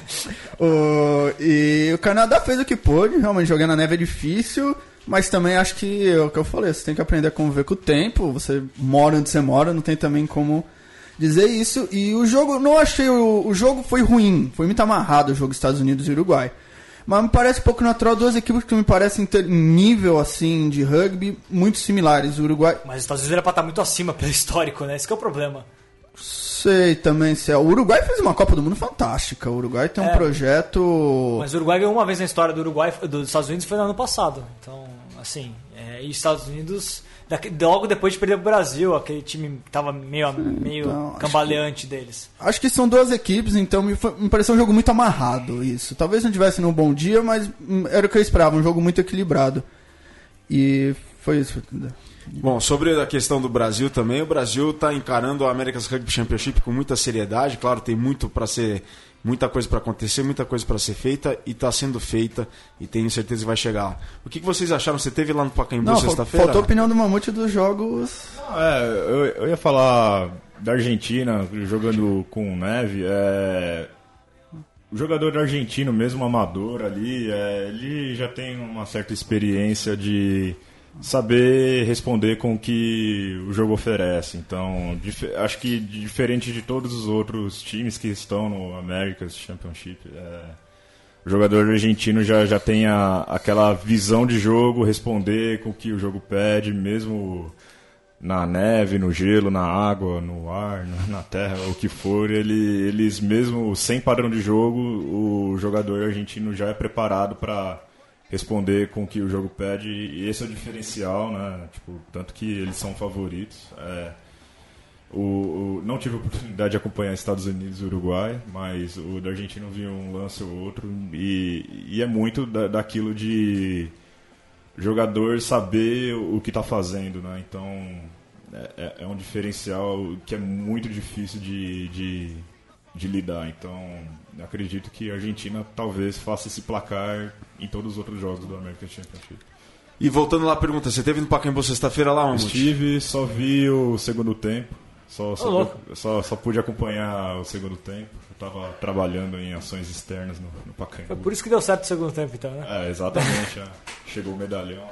E o Canadá fez o que pôde. Realmente jogar na neve é difícil, mas também acho que é o que eu falei, você tem que aprender a conviver com o tempo. Você mora onde você mora, não tem também como dizer isso. E o jogo, não achei, o jogo foi ruim, foi muito amarrado o jogo Estados Unidos e Uruguai. Mas me parece um pouco natural, 2 equipes que me parecem ter nível assim de rugby muito similares. O Uruguai... Mas os Estados Unidos era pra estar muito acima pelo histórico, né? Esse que é o problema. Sei também se é. O Uruguai fez uma Copa do Mundo fantástica. O Uruguai tem um projeto... Mas o Uruguai ganhou uma vez na história do Uruguai, dos Estados Unidos, foi no ano passado. Então, assim, e os Estados Unidos, logo depois de perder pro Brasil, aquele time que tava meio então, cambaleante deles. Acho que são 2 equipes, então me pareceu um jogo muito amarrado isso. Talvez não tivesse num bom dia, mas era o que eu esperava, um jogo muito equilibrado. E foi isso. Bom, sobre a questão do Brasil também, o Brasil está encarando a America's Rugby Championship com muita seriedade. Claro, tem muita coisa para acontecer, muita coisa para ser feita e está sendo feita e tenho certeza que vai chegar lá. O que vocês acharam? Você teve lá no Pacaembu sexta-feira? Faltou a opinião do Mamute dos jogos. Eu ia falar da Argentina jogando com neve. O jogador argentino, mesmo amador ali, ele já tem uma certa experiência de saber responder com o que o jogo oferece. Então, acho que diferente de todos os outros times que estão no America's Championship, o jogador argentino já tem aquela visão de jogo, responder com o que o jogo pede, mesmo na neve, no gelo, na água, no ar, na terra, o que for, eles mesmo sem padrão de jogo, o jogador argentino já é preparado para responder com o que o jogo pede, e esse é o diferencial, né? Tipo, tanto que eles são favoritos. Não tive a oportunidade de acompanhar Estados Unidos e Uruguai, mas o da Argentina eu vi um lance ou outro, e é muito daquilo de jogador saber o que está fazendo, né? Então é um diferencial que é muito difícil de lidar. Então acredito que a Argentina talvez faça esse placar em todos os outros jogos do American Championship. E voltando lá à pergunta, você teve no Pacaembu sexta-feira lá, Mamute? Estive, só vi o segundo tempo. Só pude acompanhar o segundo tempo. Eu estava trabalhando em ações externas no Pacaembu. Foi por isso que deu certo o segundo tempo, então, né? Exatamente. Chegou o medalhão.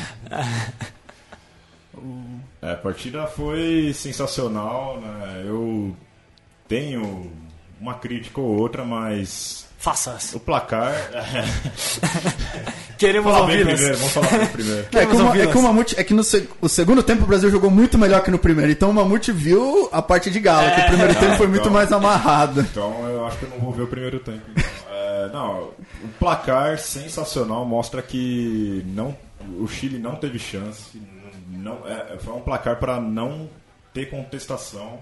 A partida foi sensacional, né? Eu tenho uma crítica ou outra, mas... Faça-as. O placar... Queremos ouvi-las. Vamos falar primeiro. O segundo tempo o Brasil jogou muito melhor que no primeiro. Então o Mamute viu a parte de gala, que o primeiro tempo foi muito mais amarrado. Então eu acho que eu não vou ver o primeiro tempo. O placar sensacional mostra que o Chile não teve chance. Foi um placar para não ter contestação.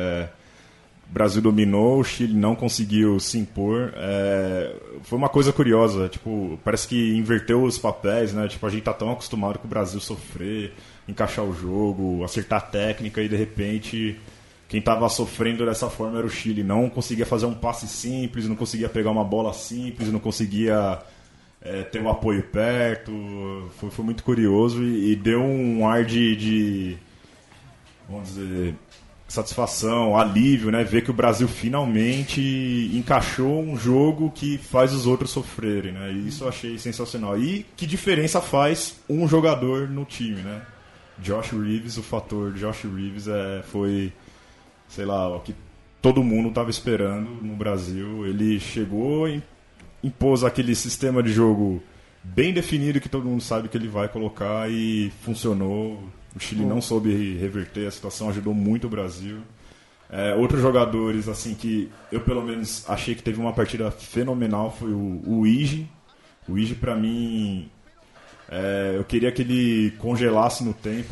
O Brasil dominou, o Chile não conseguiu se impor. Foi uma coisa curiosa, tipo, parece que inverteu os papéis, né? Tipo, a gente tá tão acostumado com o Brasil sofrer, encaixar o jogo, acertar a técnica, e de repente quem tava sofrendo dessa forma era o Chile. Não conseguia fazer um passe simples, não conseguia pegar uma bola simples, não conseguia ter um apoio perto. Foi muito curioso e deu um ar de vamos dizer, satisfação, alívio, né? Ver que o Brasil finalmente encaixou um jogo que faz os outros sofrerem, né? E isso eu achei sensacional. E que diferença faz um jogador no time, né? Josh Reeves, o fator Josh Reeves foi, sei lá, o que todo mundo estava esperando no Brasil. Ele chegou e impôs aquele sistema de jogo bem definido que todo mundo sabe que ele vai colocar, e funcionou. O Chile não soube reverter a situação, ajudou muito o Brasil. Outros jogadores assim que eu pelo menos achei que teve uma partida fenomenal foi o Ige. O Ige, pra mim, eu queria que ele congelasse no tempo,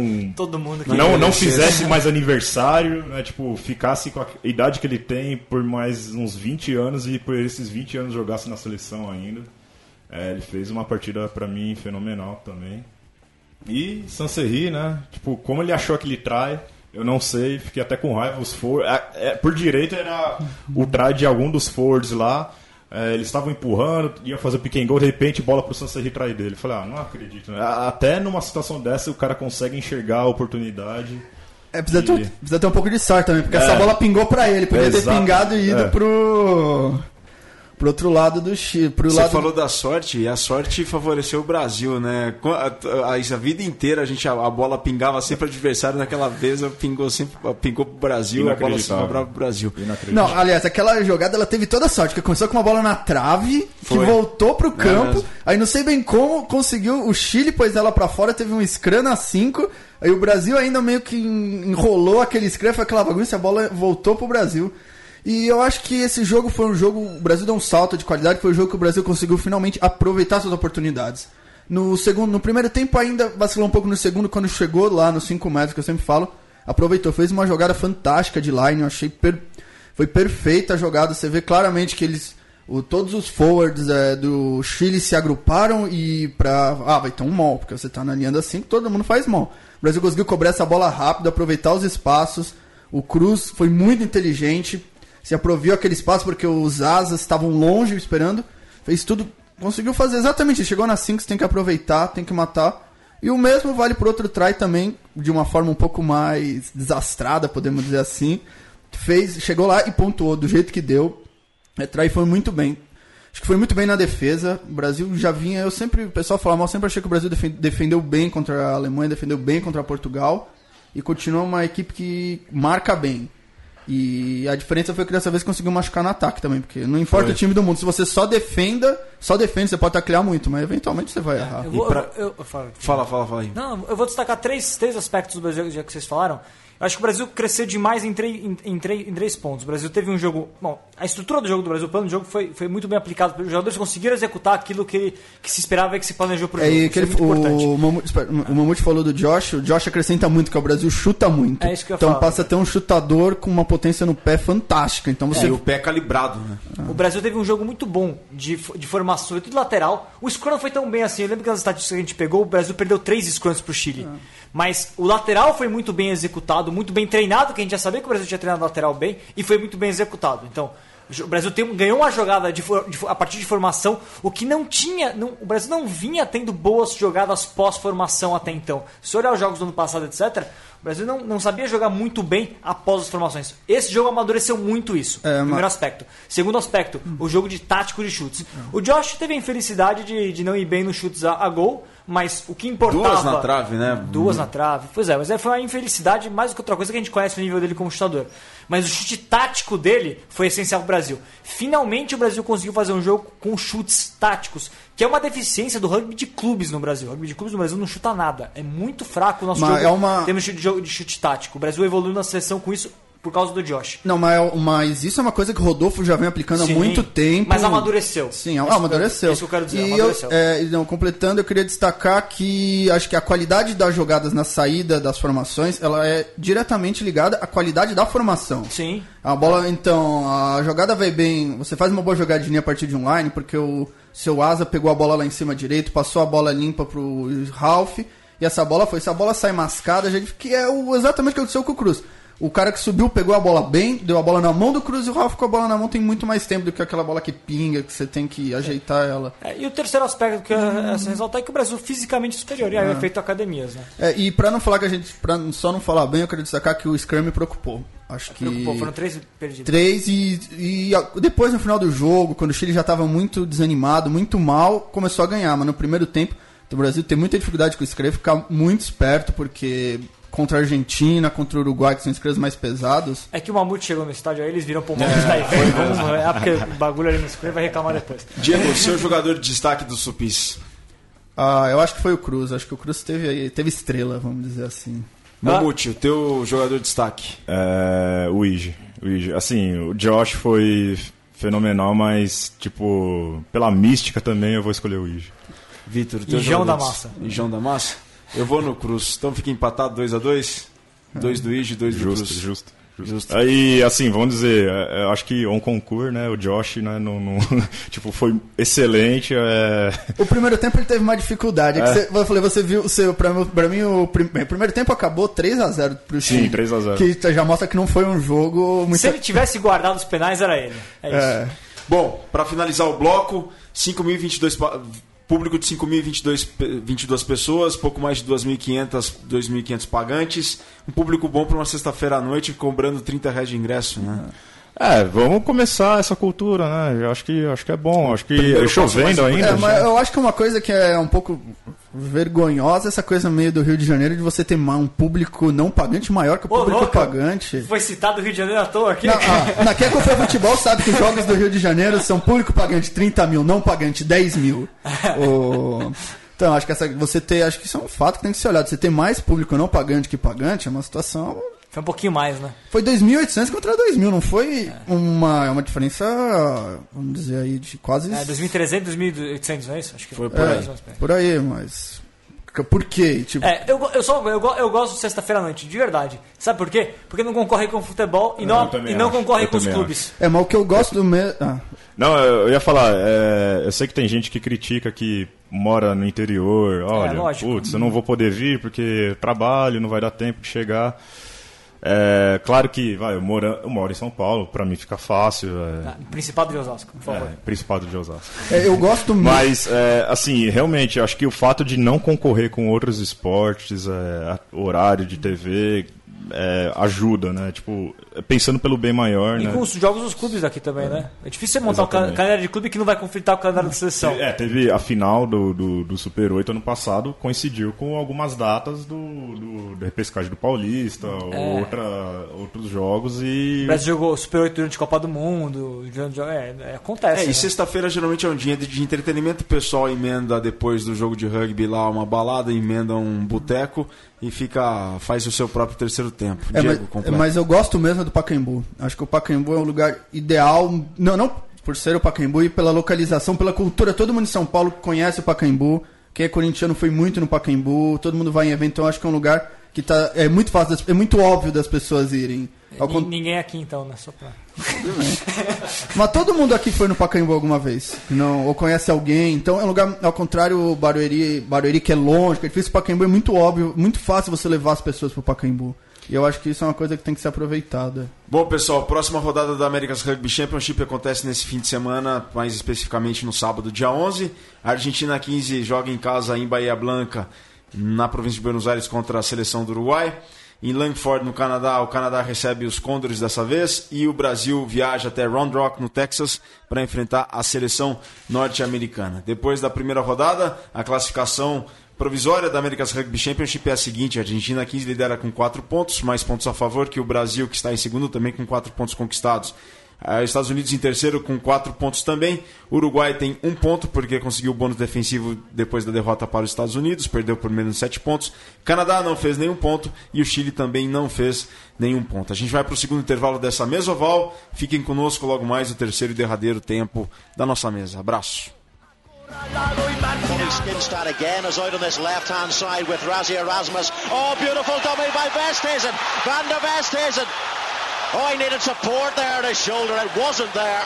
não fizesse mais aniversário, né? Tipo, ficasse com a idade que ele tem por mais uns 20 anos e por esses 20 anos jogasse na seleção ainda. Ele fez uma partida pra mim fenomenal também. E Sancerri, né? Tipo, como ele achou aquele try, eu não sei, fiquei até com raiva. Por direito era o try de algum dos forwards lá. Eles estavam empurrando, iam fazer o pick and go, de repente bola pro Sancerri try dele. Eu falei, não acredito, né? Até numa situação dessa o cara consegue enxergar a oportunidade. Precisa ter um pouco de sorte também, porque essa bola pingou pra ele, podia ter pingado e ido pro outro lado do Chile. Você falou da sorte, e a sorte favoreceu o Brasil, né? A vida inteira a bola pingava sempre o adversário, naquela vez pingou pro Brasil, a bola se cobrava pro Brasil. Não, aliás, aquela jogada ela teve toda a sorte, que começou com uma bola na trave, que voltou pro campo, aí não sei bem como conseguiu, o Chile pôs ela pra fora, teve um scrum na 5, aí o Brasil ainda meio que enrolou aquele scrum, foi aquela bagunça, a bola voltou pro Brasil. E eu acho que esse jogo foi um jogo... O Brasil deu um salto de qualidade, foi um jogo que o Brasil conseguiu finalmente aproveitar suas oportunidades. No primeiro tempo ainda vacilou um pouco, no segundo, quando chegou lá nos 5 metros, que eu sempre falo, aproveitou. Fez uma jogada fantástica de line, eu achei foi perfeita a jogada. Você vê claramente que todos os forwards do Chile se agruparam e vai ter um mall, porque você tá na linha da 5, todo mundo faz mall. O Brasil conseguiu cobrar essa bola rápido, aproveitar os espaços. O Cruz foi muito inteligente, se aproviu aquele espaço porque os asas estavam longe esperando, fez tudo, conseguiu fazer exatamente isso. Chegou na 5, você tem que aproveitar, tem que matar. E o mesmo vale por outro try também, de uma forma um pouco mais desastrada, podemos dizer assim. Chegou lá e pontuou do jeito que deu. Try foi muito bem. Acho que foi muito bem na defesa. O Brasil já vinha, o pessoal fala mal, sempre achei que o Brasil defendeu bem contra a Alemanha, defendeu bem contra Portugal. E continua uma equipe que marca bem. E a diferença foi que dessa vez conseguiu machucar no ataque também, porque não importa o time do mundo, se você só defende, você pode taclear muito, mas eventualmente você vai errar. Fala aí. Não, eu vou destacar três aspectos do Brasil, já que vocês falaram. Eu acho que o Brasil cresceu demais em 3 pontos. O Brasil teve um jogo... Bom, a estrutura do jogo do Brasil, o plano de jogo foi muito bem aplicado. Os jogadores conseguiram executar aquilo que se esperava e que se planejou para o jogo. Isso é muito importante. O Mamute falou do Josh. O Josh acrescenta muito, que o Brasil chuta muito. É isso que eu então falo. Passa a ter um chutador com uma potência no pé fantástica. Então E o pé calibrado, né? O Brasil teve um jogo muito bom de formação, sobretudo lateral. O scrum não foi tão bem assim. Eu lembro que nas estatísticas que a gente pegou, o Brasil perdeu 3 scrums pro Chile. Mas o lateral foi muito bem executado, muito bem treinado, que a gente já sabia que o Brasil tinha treinado lateral bem, e foi muito bem executado. Então, o Brasil ganhou uma jogada a partir de formação, o que não tinha... o Brasil não vinha tendo boas jogadas pós-formação até então. Se olhar os jogos do ano passado, etc., o Brasil não sabia jogar muito bem após as formações. Esse jogo amadureceu muito isso. Primeiro aspecto. Segundo aspecto, o jogo de tático de chutes. O Josh teve a infelicidade de não ir bem nos chutes a gol, mas o que importava... 2 na trave, né? 2 na trave. Pois é, mas foi uma infelicidade mais do que outra coisa, que a gente conhece o nível dele como chutador. Mas o chute tático dele foi essencial para o Brasil. Finalmente o Brasil conseguiu fazer um jogo com chutes táticos, que é uma deficiência do rugby de clubes no Brasil. O rugby de clubes no Brasil não chuta nada. É muito fraco o nosso jogo em termos de chute tático. O Brasil evoluiu na seleção com isso por causa do Josh. Não, mas isso é uma coisa que o Rodolfo já vem aplicando há muito tempo. Mas amadureceu. Sim, amadureceu. Isso que eu quero dizer, amadureceu. Completando, eu queria destacar que acho que a qualidade das jogadas na saída das formações, ela é diretamente ligada à qualidade da formação. Sim. A bola, então, a jogada vai bem, você faz uma boa jogadinha a partir de um line, porque o seu asa pegou a bola lá em cima direito, passou a bola limpa pro Ralph, e essa bola se a bola sai mascada, que é exatamente o que aconteceu com o Cruz. O cara que subiu pegou a bola bem, deu a bola na mão do Cruz, e o Ralf com a bola na mão tem muito mais tempo do que aquela bola que pinga, que você tem que ajeitar ela. E o terceiro aspecto que eu ressaltar é que o Brasil fisicamente superior, e aí é feito academias, né? E pra não falar pra só não falar bem, eu quero destacar que o Scrum me preocupou. Acho que... Preocupou, foram 3 perdidos. 3 e depois no final do jogo, quando o Chile já estava muito desanimado, muito mal, começou a ganhar, mas no primeiro tempo o Brasil tem muita dificuldade com o Scrum, ficar muito esperto, porque... Contra a Argentina, contra o Uruguai, que são scrums mais pesados. É que o Mamute chegou no estádio, aí eles viram, pô, o Mamute tá aí, porque o bagulho ali no scrum vai reclamar depois. Diego, seu jogador de destaque do Supis? Eu acho que foi o Cruz. Acho que o Cruz teve estrela, vamos dizer assim. Mamute, o teu jogador de destaque? O Ige. Assim, o Josh foi fenomenal, mas, pela mística também eu vou escolher o Ige. Vitor, o teu Ijão da Massa. Ijão da Massa? Eu vou no Cruz. Então fica empatado 2-2. 2 do Ige, 2 do Cruz. Justo. Aí, assim, vamos dizer, eu acho que on concurso, né, o Josh, né, foi excelente. O primeiro tempo ele teve uma dificuldade. Eu falei, você viu, pra mim, o primeiro tempo acabou 3-0 pro Chile. Sim, 3-0. Que já mostra que não foi um jogo muito... Se ele tivesse guardado os penais, era ele. É isso. Bom, pra finalizar o bloco, 5.022... Público de 5.022 pessoas, pouco mais de 2.500 pagantes. Um público bom para uma sexta-feira à noite, cobrando R$30 de ingresso, né? Vamos começar essa cultura, né? Eu acho que é bom. Acho que chovendo ainda. Mas eu acho que uma coisa que é um pouco vergonhosa, essa coisa meio do Rio de Janeiro, de você ter um público não pagante maior que o público pagante. Foi citado o Rio de Janeiro à toa aqui. Quem acompanha futebol sabe que os jogos do Rio de Janeiro são público pagante 30 mil, não pagante 10 mil. Então, acho que acho que isso é um fato que tem que ser olhado. Você ter mais público não pagante que pagante é uma situação... Foi um pouquinho mais, né? Foi 2.800 contra 2.000, não foi uma diferença, vamos dizer aí, de quase... 2.300, 2.800, não é isso? Acho que foi por aí. Por aí, mas... Por quê? Eu gosto de sexta-feira à noite, de verdade. Sabe por quê? Porque não concorre com o futebol e não concorre com os clubes. Mas o que eu gosto do... Não, eu ia falar, eu sei que tem gente que critica que mora no interior, olha, putz, eu não vou poder vir porque trabalho, não vai dar tempo de chegar... claro que eu moro em São Paulo, pra mim fica fácil. Principado de Osasco, por favor. Principado de Osasco. Eu gosto muito. Mas, assim, realmente, acho que o fato de não concorrer com outros esportes, horário de TV, ajuda, né? pensando pelo bem maior, e né? com os jogos dos clubes aqui também, né? É difícil você montar um calendário de clube que não vai conflitar com o calendário da seleção. Teve a final do Super 8 ano passado, coincidiu com algumas datas da repescagem do Paulista, outros jogos e... O Brasil jogou Super 8 durante a Copa do Mundo, acontece. E né? sexta-feira geralmente é um dia de entretenimento, o pessoal emenda depois do jogo de rugby lá uma balada, emenda um boteco e faz o seu próprio terceiro tempo. Diego, mas eu gosto mesmo do Pacaembu. Acho que o Pacaembu é um lugar ideal, não por ser o Pacaembu e pela localização, pela cultura. Todo mundo em São Paulo conhece o Pacaembu. Quem é corintiano foi muito no Pacaembu, todo mundo vai em evento, então acho que é um lugar que é muito fácil, é muito óbvio das pessoas irem. Ninguém aqui então, né? Só pra... Mas todo mundo aqui foi no Pacaembu alguma vez, ou conhece alguém, então é um lugar, ao contrário, Barueri que é longe, que é difícil, o Pacaembu é muito óbvio, muito fácil você levar as pessoas pro Pacaembu. E eu acho que isso é uma coisa que tem que ser aproveitada. Bom, pessoal, próxima rodada da America's Rugby Championship acontece nesse fim de semana, mais especificamente no sábado, dia 11. A Argentina 15 joga em casa em Bahia Blanca, na província de Buenos Aires, contra a seleção do Uruguai. Em Langford, no Canadá, o Canadá recebe os Condors dessa vez e o Brasil viaja até Round Rock, no Texas, para enfrentar a seleção norte-americana. Depois da primeira rodada, a classificação provisória da America's Rugby Championship é a seguinte: a Argentina 15 lidera com 4 pontos, mais pontos a favor que o Brasil, que está em segundo, também com 4 pontos conquistados. Estados Unidos em terceiro com 4 pontos também. O Uruguai tem 1 ponto porque conseguiu o bônus defensivo depois da derrota para os Estados Unidos, perdeu por menos 7 pontos. Canadá não fez nenhum ponto e o Chile também não fez nenhum ponto. A gente vai para o segundo intervalo dessa mesa oval. Fiquem conosco logo mais o terceiro e derradeiro tempo da nossa mesa. Abraço. Bobby Skinstad again is out on this left-hand side with Razzie Erasmus. Oh, beautiful dummy by Vesthuizen. Van der Vesthuizen. Oh, he needed support there at his shoulder. It wasn't there.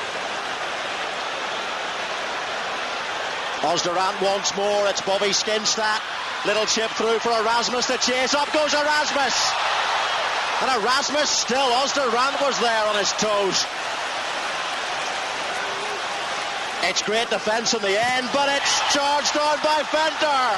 Osdurant once more. It's Bobby Skinstad. Little chip through for Erasmus to chase. Up goes Erasmus. And Erasmus still. Osdurant was there on his toes. It's great defence in the end, but it's charged on by Fender.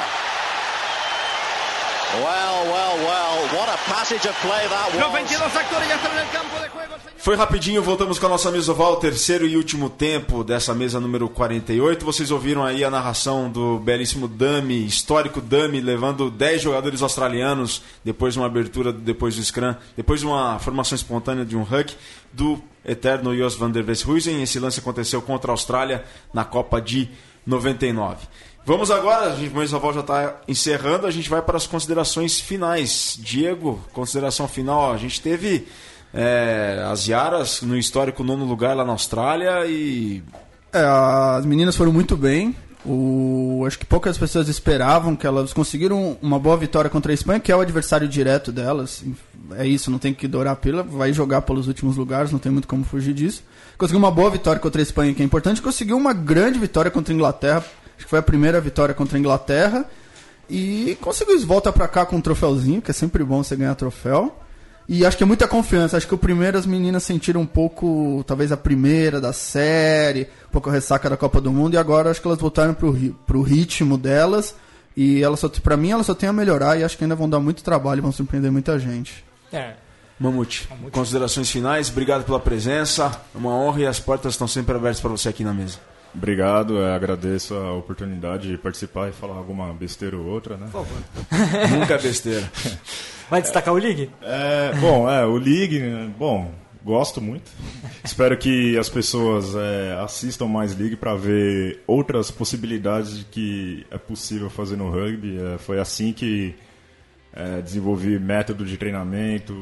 Well, what a passage of play that was. Los 22 actores ya están en el campo de juego, señor. Foi rapidinho, voltamos com a nossa mesa oval, terceiro e último tempo dessa mesa número 48. Vocês ouviram aí a narração do belíssimo dummy, histórico dummy, levando 10 jogadores australianos depois de uma abertura, depois do scrum, depois de uma formação espontânea de um huck do eterno Jos van der Westhuizen. Esse lance aconteceu contra a Austrália na Copa de 99. Vamos agora, a mesa oval já está encerrando, a gente vai para as considerações finais. Diego, consideração final, a gente teve as Yaras no histórico 9º lugar lá na Austrália e... as meninas foram muito bem. Acho que poucas pessoas esperavam que elas conseguiram uma boa vitória contra a Espanha, que é o adversário direto delas. É isso, não tem que dourar a pílula, vai jogar pelos últimos lugares, não tem muito como fugir disso. Conseguiu uma boa vitória contra a Espanha, que é importante. Conseguiu uma grande vitória contra a Inglaterra, acho que foi a primeira vitória contra a Inglaterra. E conseguiu voltar pra cá com um troféuzinho, que é sempre bom você ganhar troféu. E acho que é muita confiança. Acho que o primeiro as meninas sentiram um pouco, talvez a primeira da série, um pouco a ressaca da Copa do Mundo. E agora acho que elas voltaram pro ritmo delas. E pra mim elas só têm a melhorar. E acho que ainda vão dar muito trabalho e vão surpreender muita gente. Mamute, considerações finais. Obrigado pela presença. É uma honra e as portas estão sempre abertas para você aqui na mesa. Obrigado, agradeço a oportunidade de participar e falar alguma besteira ou outra, né? Por favor. Nunca é besteira. Vai destacar o League? O League, gosto muito. Espero que as pessoas assistam mais League para ver outras possibilidades de que é possível fazer no rugby. Foi assim que desenvolvi método de treinamento,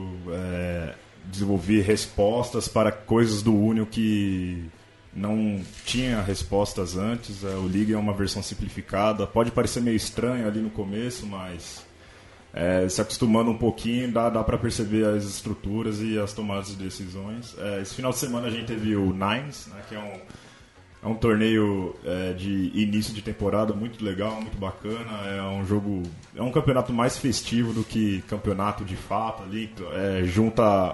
desenvolvi respostas para coisas do Unio que não tinha respostas antes. O League é uma versão simplificada, pode parecer meio estranho ali no começo, mas se acostumando um pouquinho dá para perceber as estruturas e as tomadas de decisões. Esse final de semana a gente teve o Nines, né, que é um torneio de início de temporada muito legal, muito bacana. É um campeonato mais festivo do que campeonato de fato ali. Junta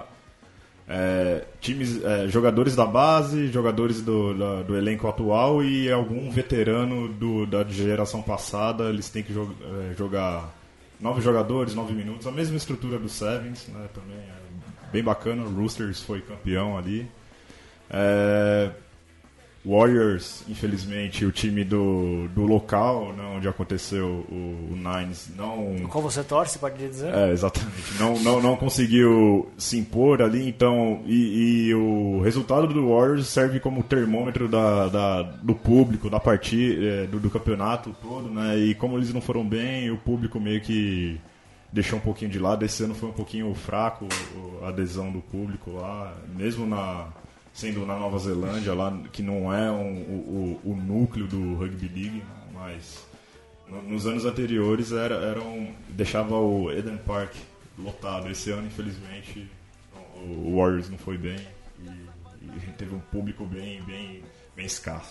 times, jogadores da base, jogadores do elenco atual e algum veterano da geração passada. Eles têm que jogar 9 jogadores, 9 minutos, a mesma estrutura do Sevens, né, também bem bacana. O Roosters foi campeão ali. Warriors, infelizmente, o time do local, né, onde aconteceu o Nines, não... Qual você torce, pode dizer? Exatamente. Não conseguiu se impor ali, então... E o resultado do Warriors serve como termômetro do público, da partida, do campeonato todo, né? E como eles não foram bem, o público meio que deixou um pouquinho de lado. Esse ano foi um pouquinho fraco a adesão do público lá, mesmo sendo na Nova Zelândia, lá, que não é o núcleo do Rugby League, mas nos anos anteriores deixava o Eden Park lotado. Esse ano, infelizmente, o Warriors não foi bem e teve um público bem escasso.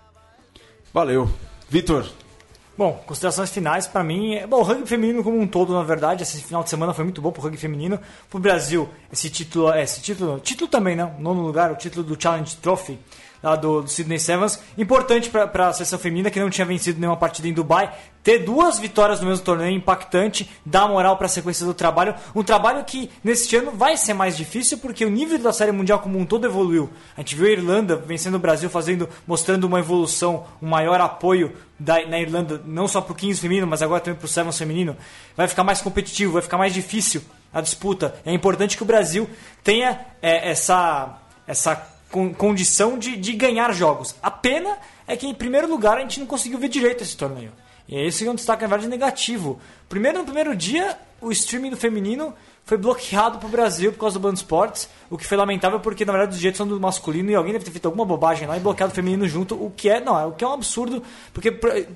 Valeu. Vitor. Bom, considerações finais pra mim. Bom, o rugby feminino como um todo, na verdade, esse final de semana foi muito bom pro rugby feminino. Pro Brasil, esse título também, né? 9º lugar, o título do Challenge Trophy, lá do Sydney Sevens. Importante pra a seleção feminina, que não tinha vencido nenhuma partida em Dubai. Ter 2 vitórias no mesmo torneio, impactante, dá moral pra sequência do trabalho. Um trabalho que, neste ano, vai ser mais difícil, porque o nível da Série Mundial como um todo evoluiu. A gente viu a Irlanda vencendo o Brasil, mostrando uma evolução, um maior apoio na Irlanda, não só pro 15 feminino, mas agora também pro Sevens feminino. Vai ficar mais competitivo, vai ficar mais difícil a disputa. É importante que o Brasil tenha essa condição de ganhar jogos. A pena é que, em primeiro lugar, a gente não conseguiu ver direito esse torneio. E esse é um destaque, na verdade, negativo. No primeiro dia, o streaming do feminino foi bloqueado pro Brasil por causa do Band Sports, o que foi lamentável porque, na verdade, os direitos são do masculino e alguém deve ter feito alguma bobagem lá e bloqueado o feminino junto, o que é um absurdo, porque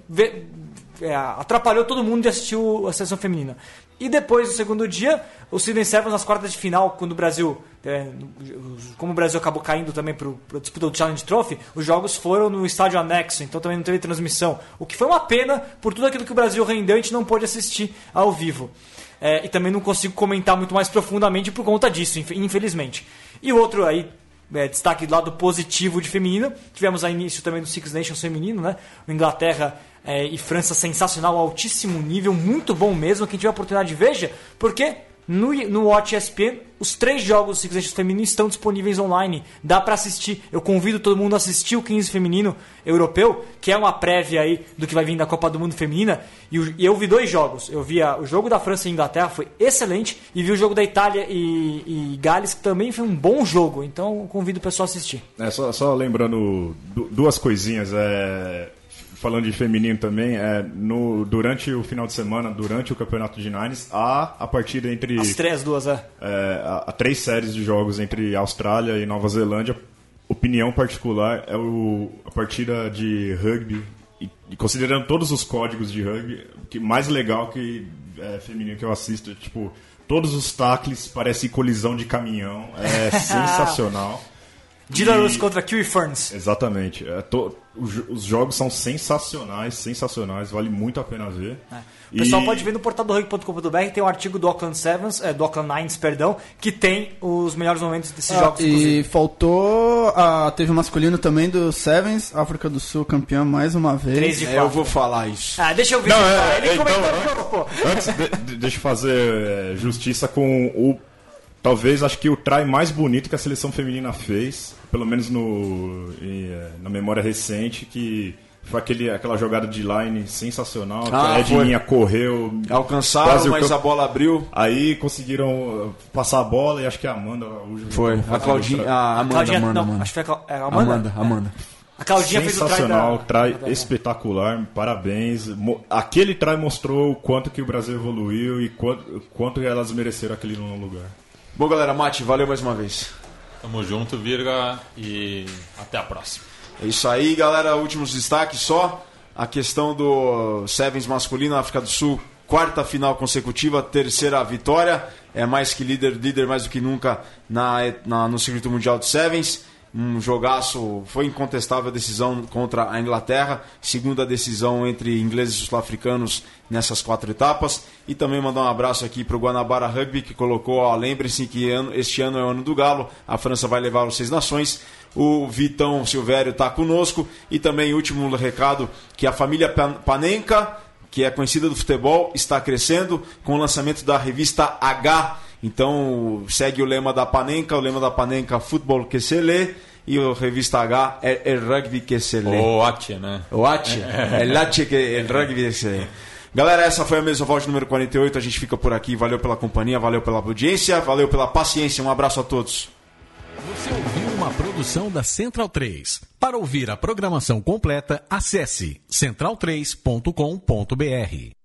atrapalhou todo mundo de assistir a seleção feminina. E depois, no segundo dia, o Sydney Sevens nas quartas de final, quando o Brasil, como o Brasil acabou caindo também para a disputa do Challenge Trophy, os jogos foram no estádio anexo, então também não teve transmissão, o que foi uma pena por tudo aquilo que o Brasil rendeu, a gente não pôde assistir ao vivo. E também não consigo comentar muito mais profundamente por conta disso, infelizmente. E outro aí, destaque do lado positivo de feminino, tivemos a início também do Six Nations feminino, né? Inglaterra e França sensacional, altíssimo nível, muito bom mesmo. Quem tiver a oportunidade, veja, porque no Watch ESPN os 3 jogos do Six Nations feminino estão disponíveis online, dá pra assistir. Eu convido todo mundo a assistir o 15 feminino europeu, que é uma prévia aí do que vai vir da Copa do Mundo feminina, e eu vi 2 jogos. Eu vi o jogo da França e Inglaterra, foi excelente, e vi o jogo da Itália e Gales, que também foi um bom jogo, então eu convido o pessoal a assistir. Só lembrando 2 coisinhas, falando de feminino também, durante o final de semana, durante o campeonato de Nines, há a partida entre... As 2, há 3 séries de jogos entre Austrália e Nova Zelândia. Opinião particular, a partida de rugby, e considerando todos os códigos de rugby, que mais legal que feminino que eu assisto, tipo, todos os tackles parecem colisão de caminhão, é sensacional. Dilarus contra Kiwi Ferns. Exatamente. Os jogos são sensacionais, vale muito a pena ver. O pessoal pode ver no portal do rugby.com.br, tem um artigo do Auckland Nines, que tem os melhores momentos desses jogos. E faltou, teve o masculino também do Sevens, África do Sul campeão mais uma vez. 3 de 4. Eu vou falar isso. Deixa eu ver. Ele comentou o jogo, pô. Antes, deixa eu fazer justiça com talvez, acho que o try mais bonito que a seleção feminina fez, pelo menos na memória recente, que foi aquela jogada de line sensacional, que a Edinha correu... Alcançaram, mas a bola abriu. Aí conseguiram passar a bola e acho que a Amanda... Foi, a Claudinha... A Amanda. Acho que foi a Amanda. A Claudinha fez o try espetacular, parabéns. Aquele try mostrou o quanto que o Brasil evoluiu e quanto elas mereceram aquele nono lugar. Bom, galera, Mate, valeu mais uma vez. Tamo junto, Virga, e até a próxima. É isso aí, galera. Últimos destaques só. A questão do Sevens masculino, África do Sul, 4ª final consecutiva, 3ª vitória. É mais que líder mais do que nunca no circuito mundial de Sevens. Um jogaço, foi incontestável a decisão contra a Inglaterra, 2ª decisão entre ingleses e sul-africanos nessas 4 etapas. E também mandar um abraço aqui para o Guanabara Rugby, que colocou, lembrem-se que este ano é o ano do Galo, a França vai levar os 6 Nações. O Vitão Silvério está conosco. E também, último recado, que a família Panenka, que é conhecida do futebol, está crescendo com o lançamento da revista H, Então segue o lema da Panenka, futebol que se lê, e o Revista H é rugby que se lê. O Ache, né? O Ache, é Lache que é rugby que se lê. Galera, essa foi a Mesovoz número 48, a gente fica por aqui, valeu pela companhia, valeu pela audiência, valeu pela paciência, um abraço a todos. Você ouviu uma produção da Central 3. Para ouvir a programação completa, acesse central3.com.br.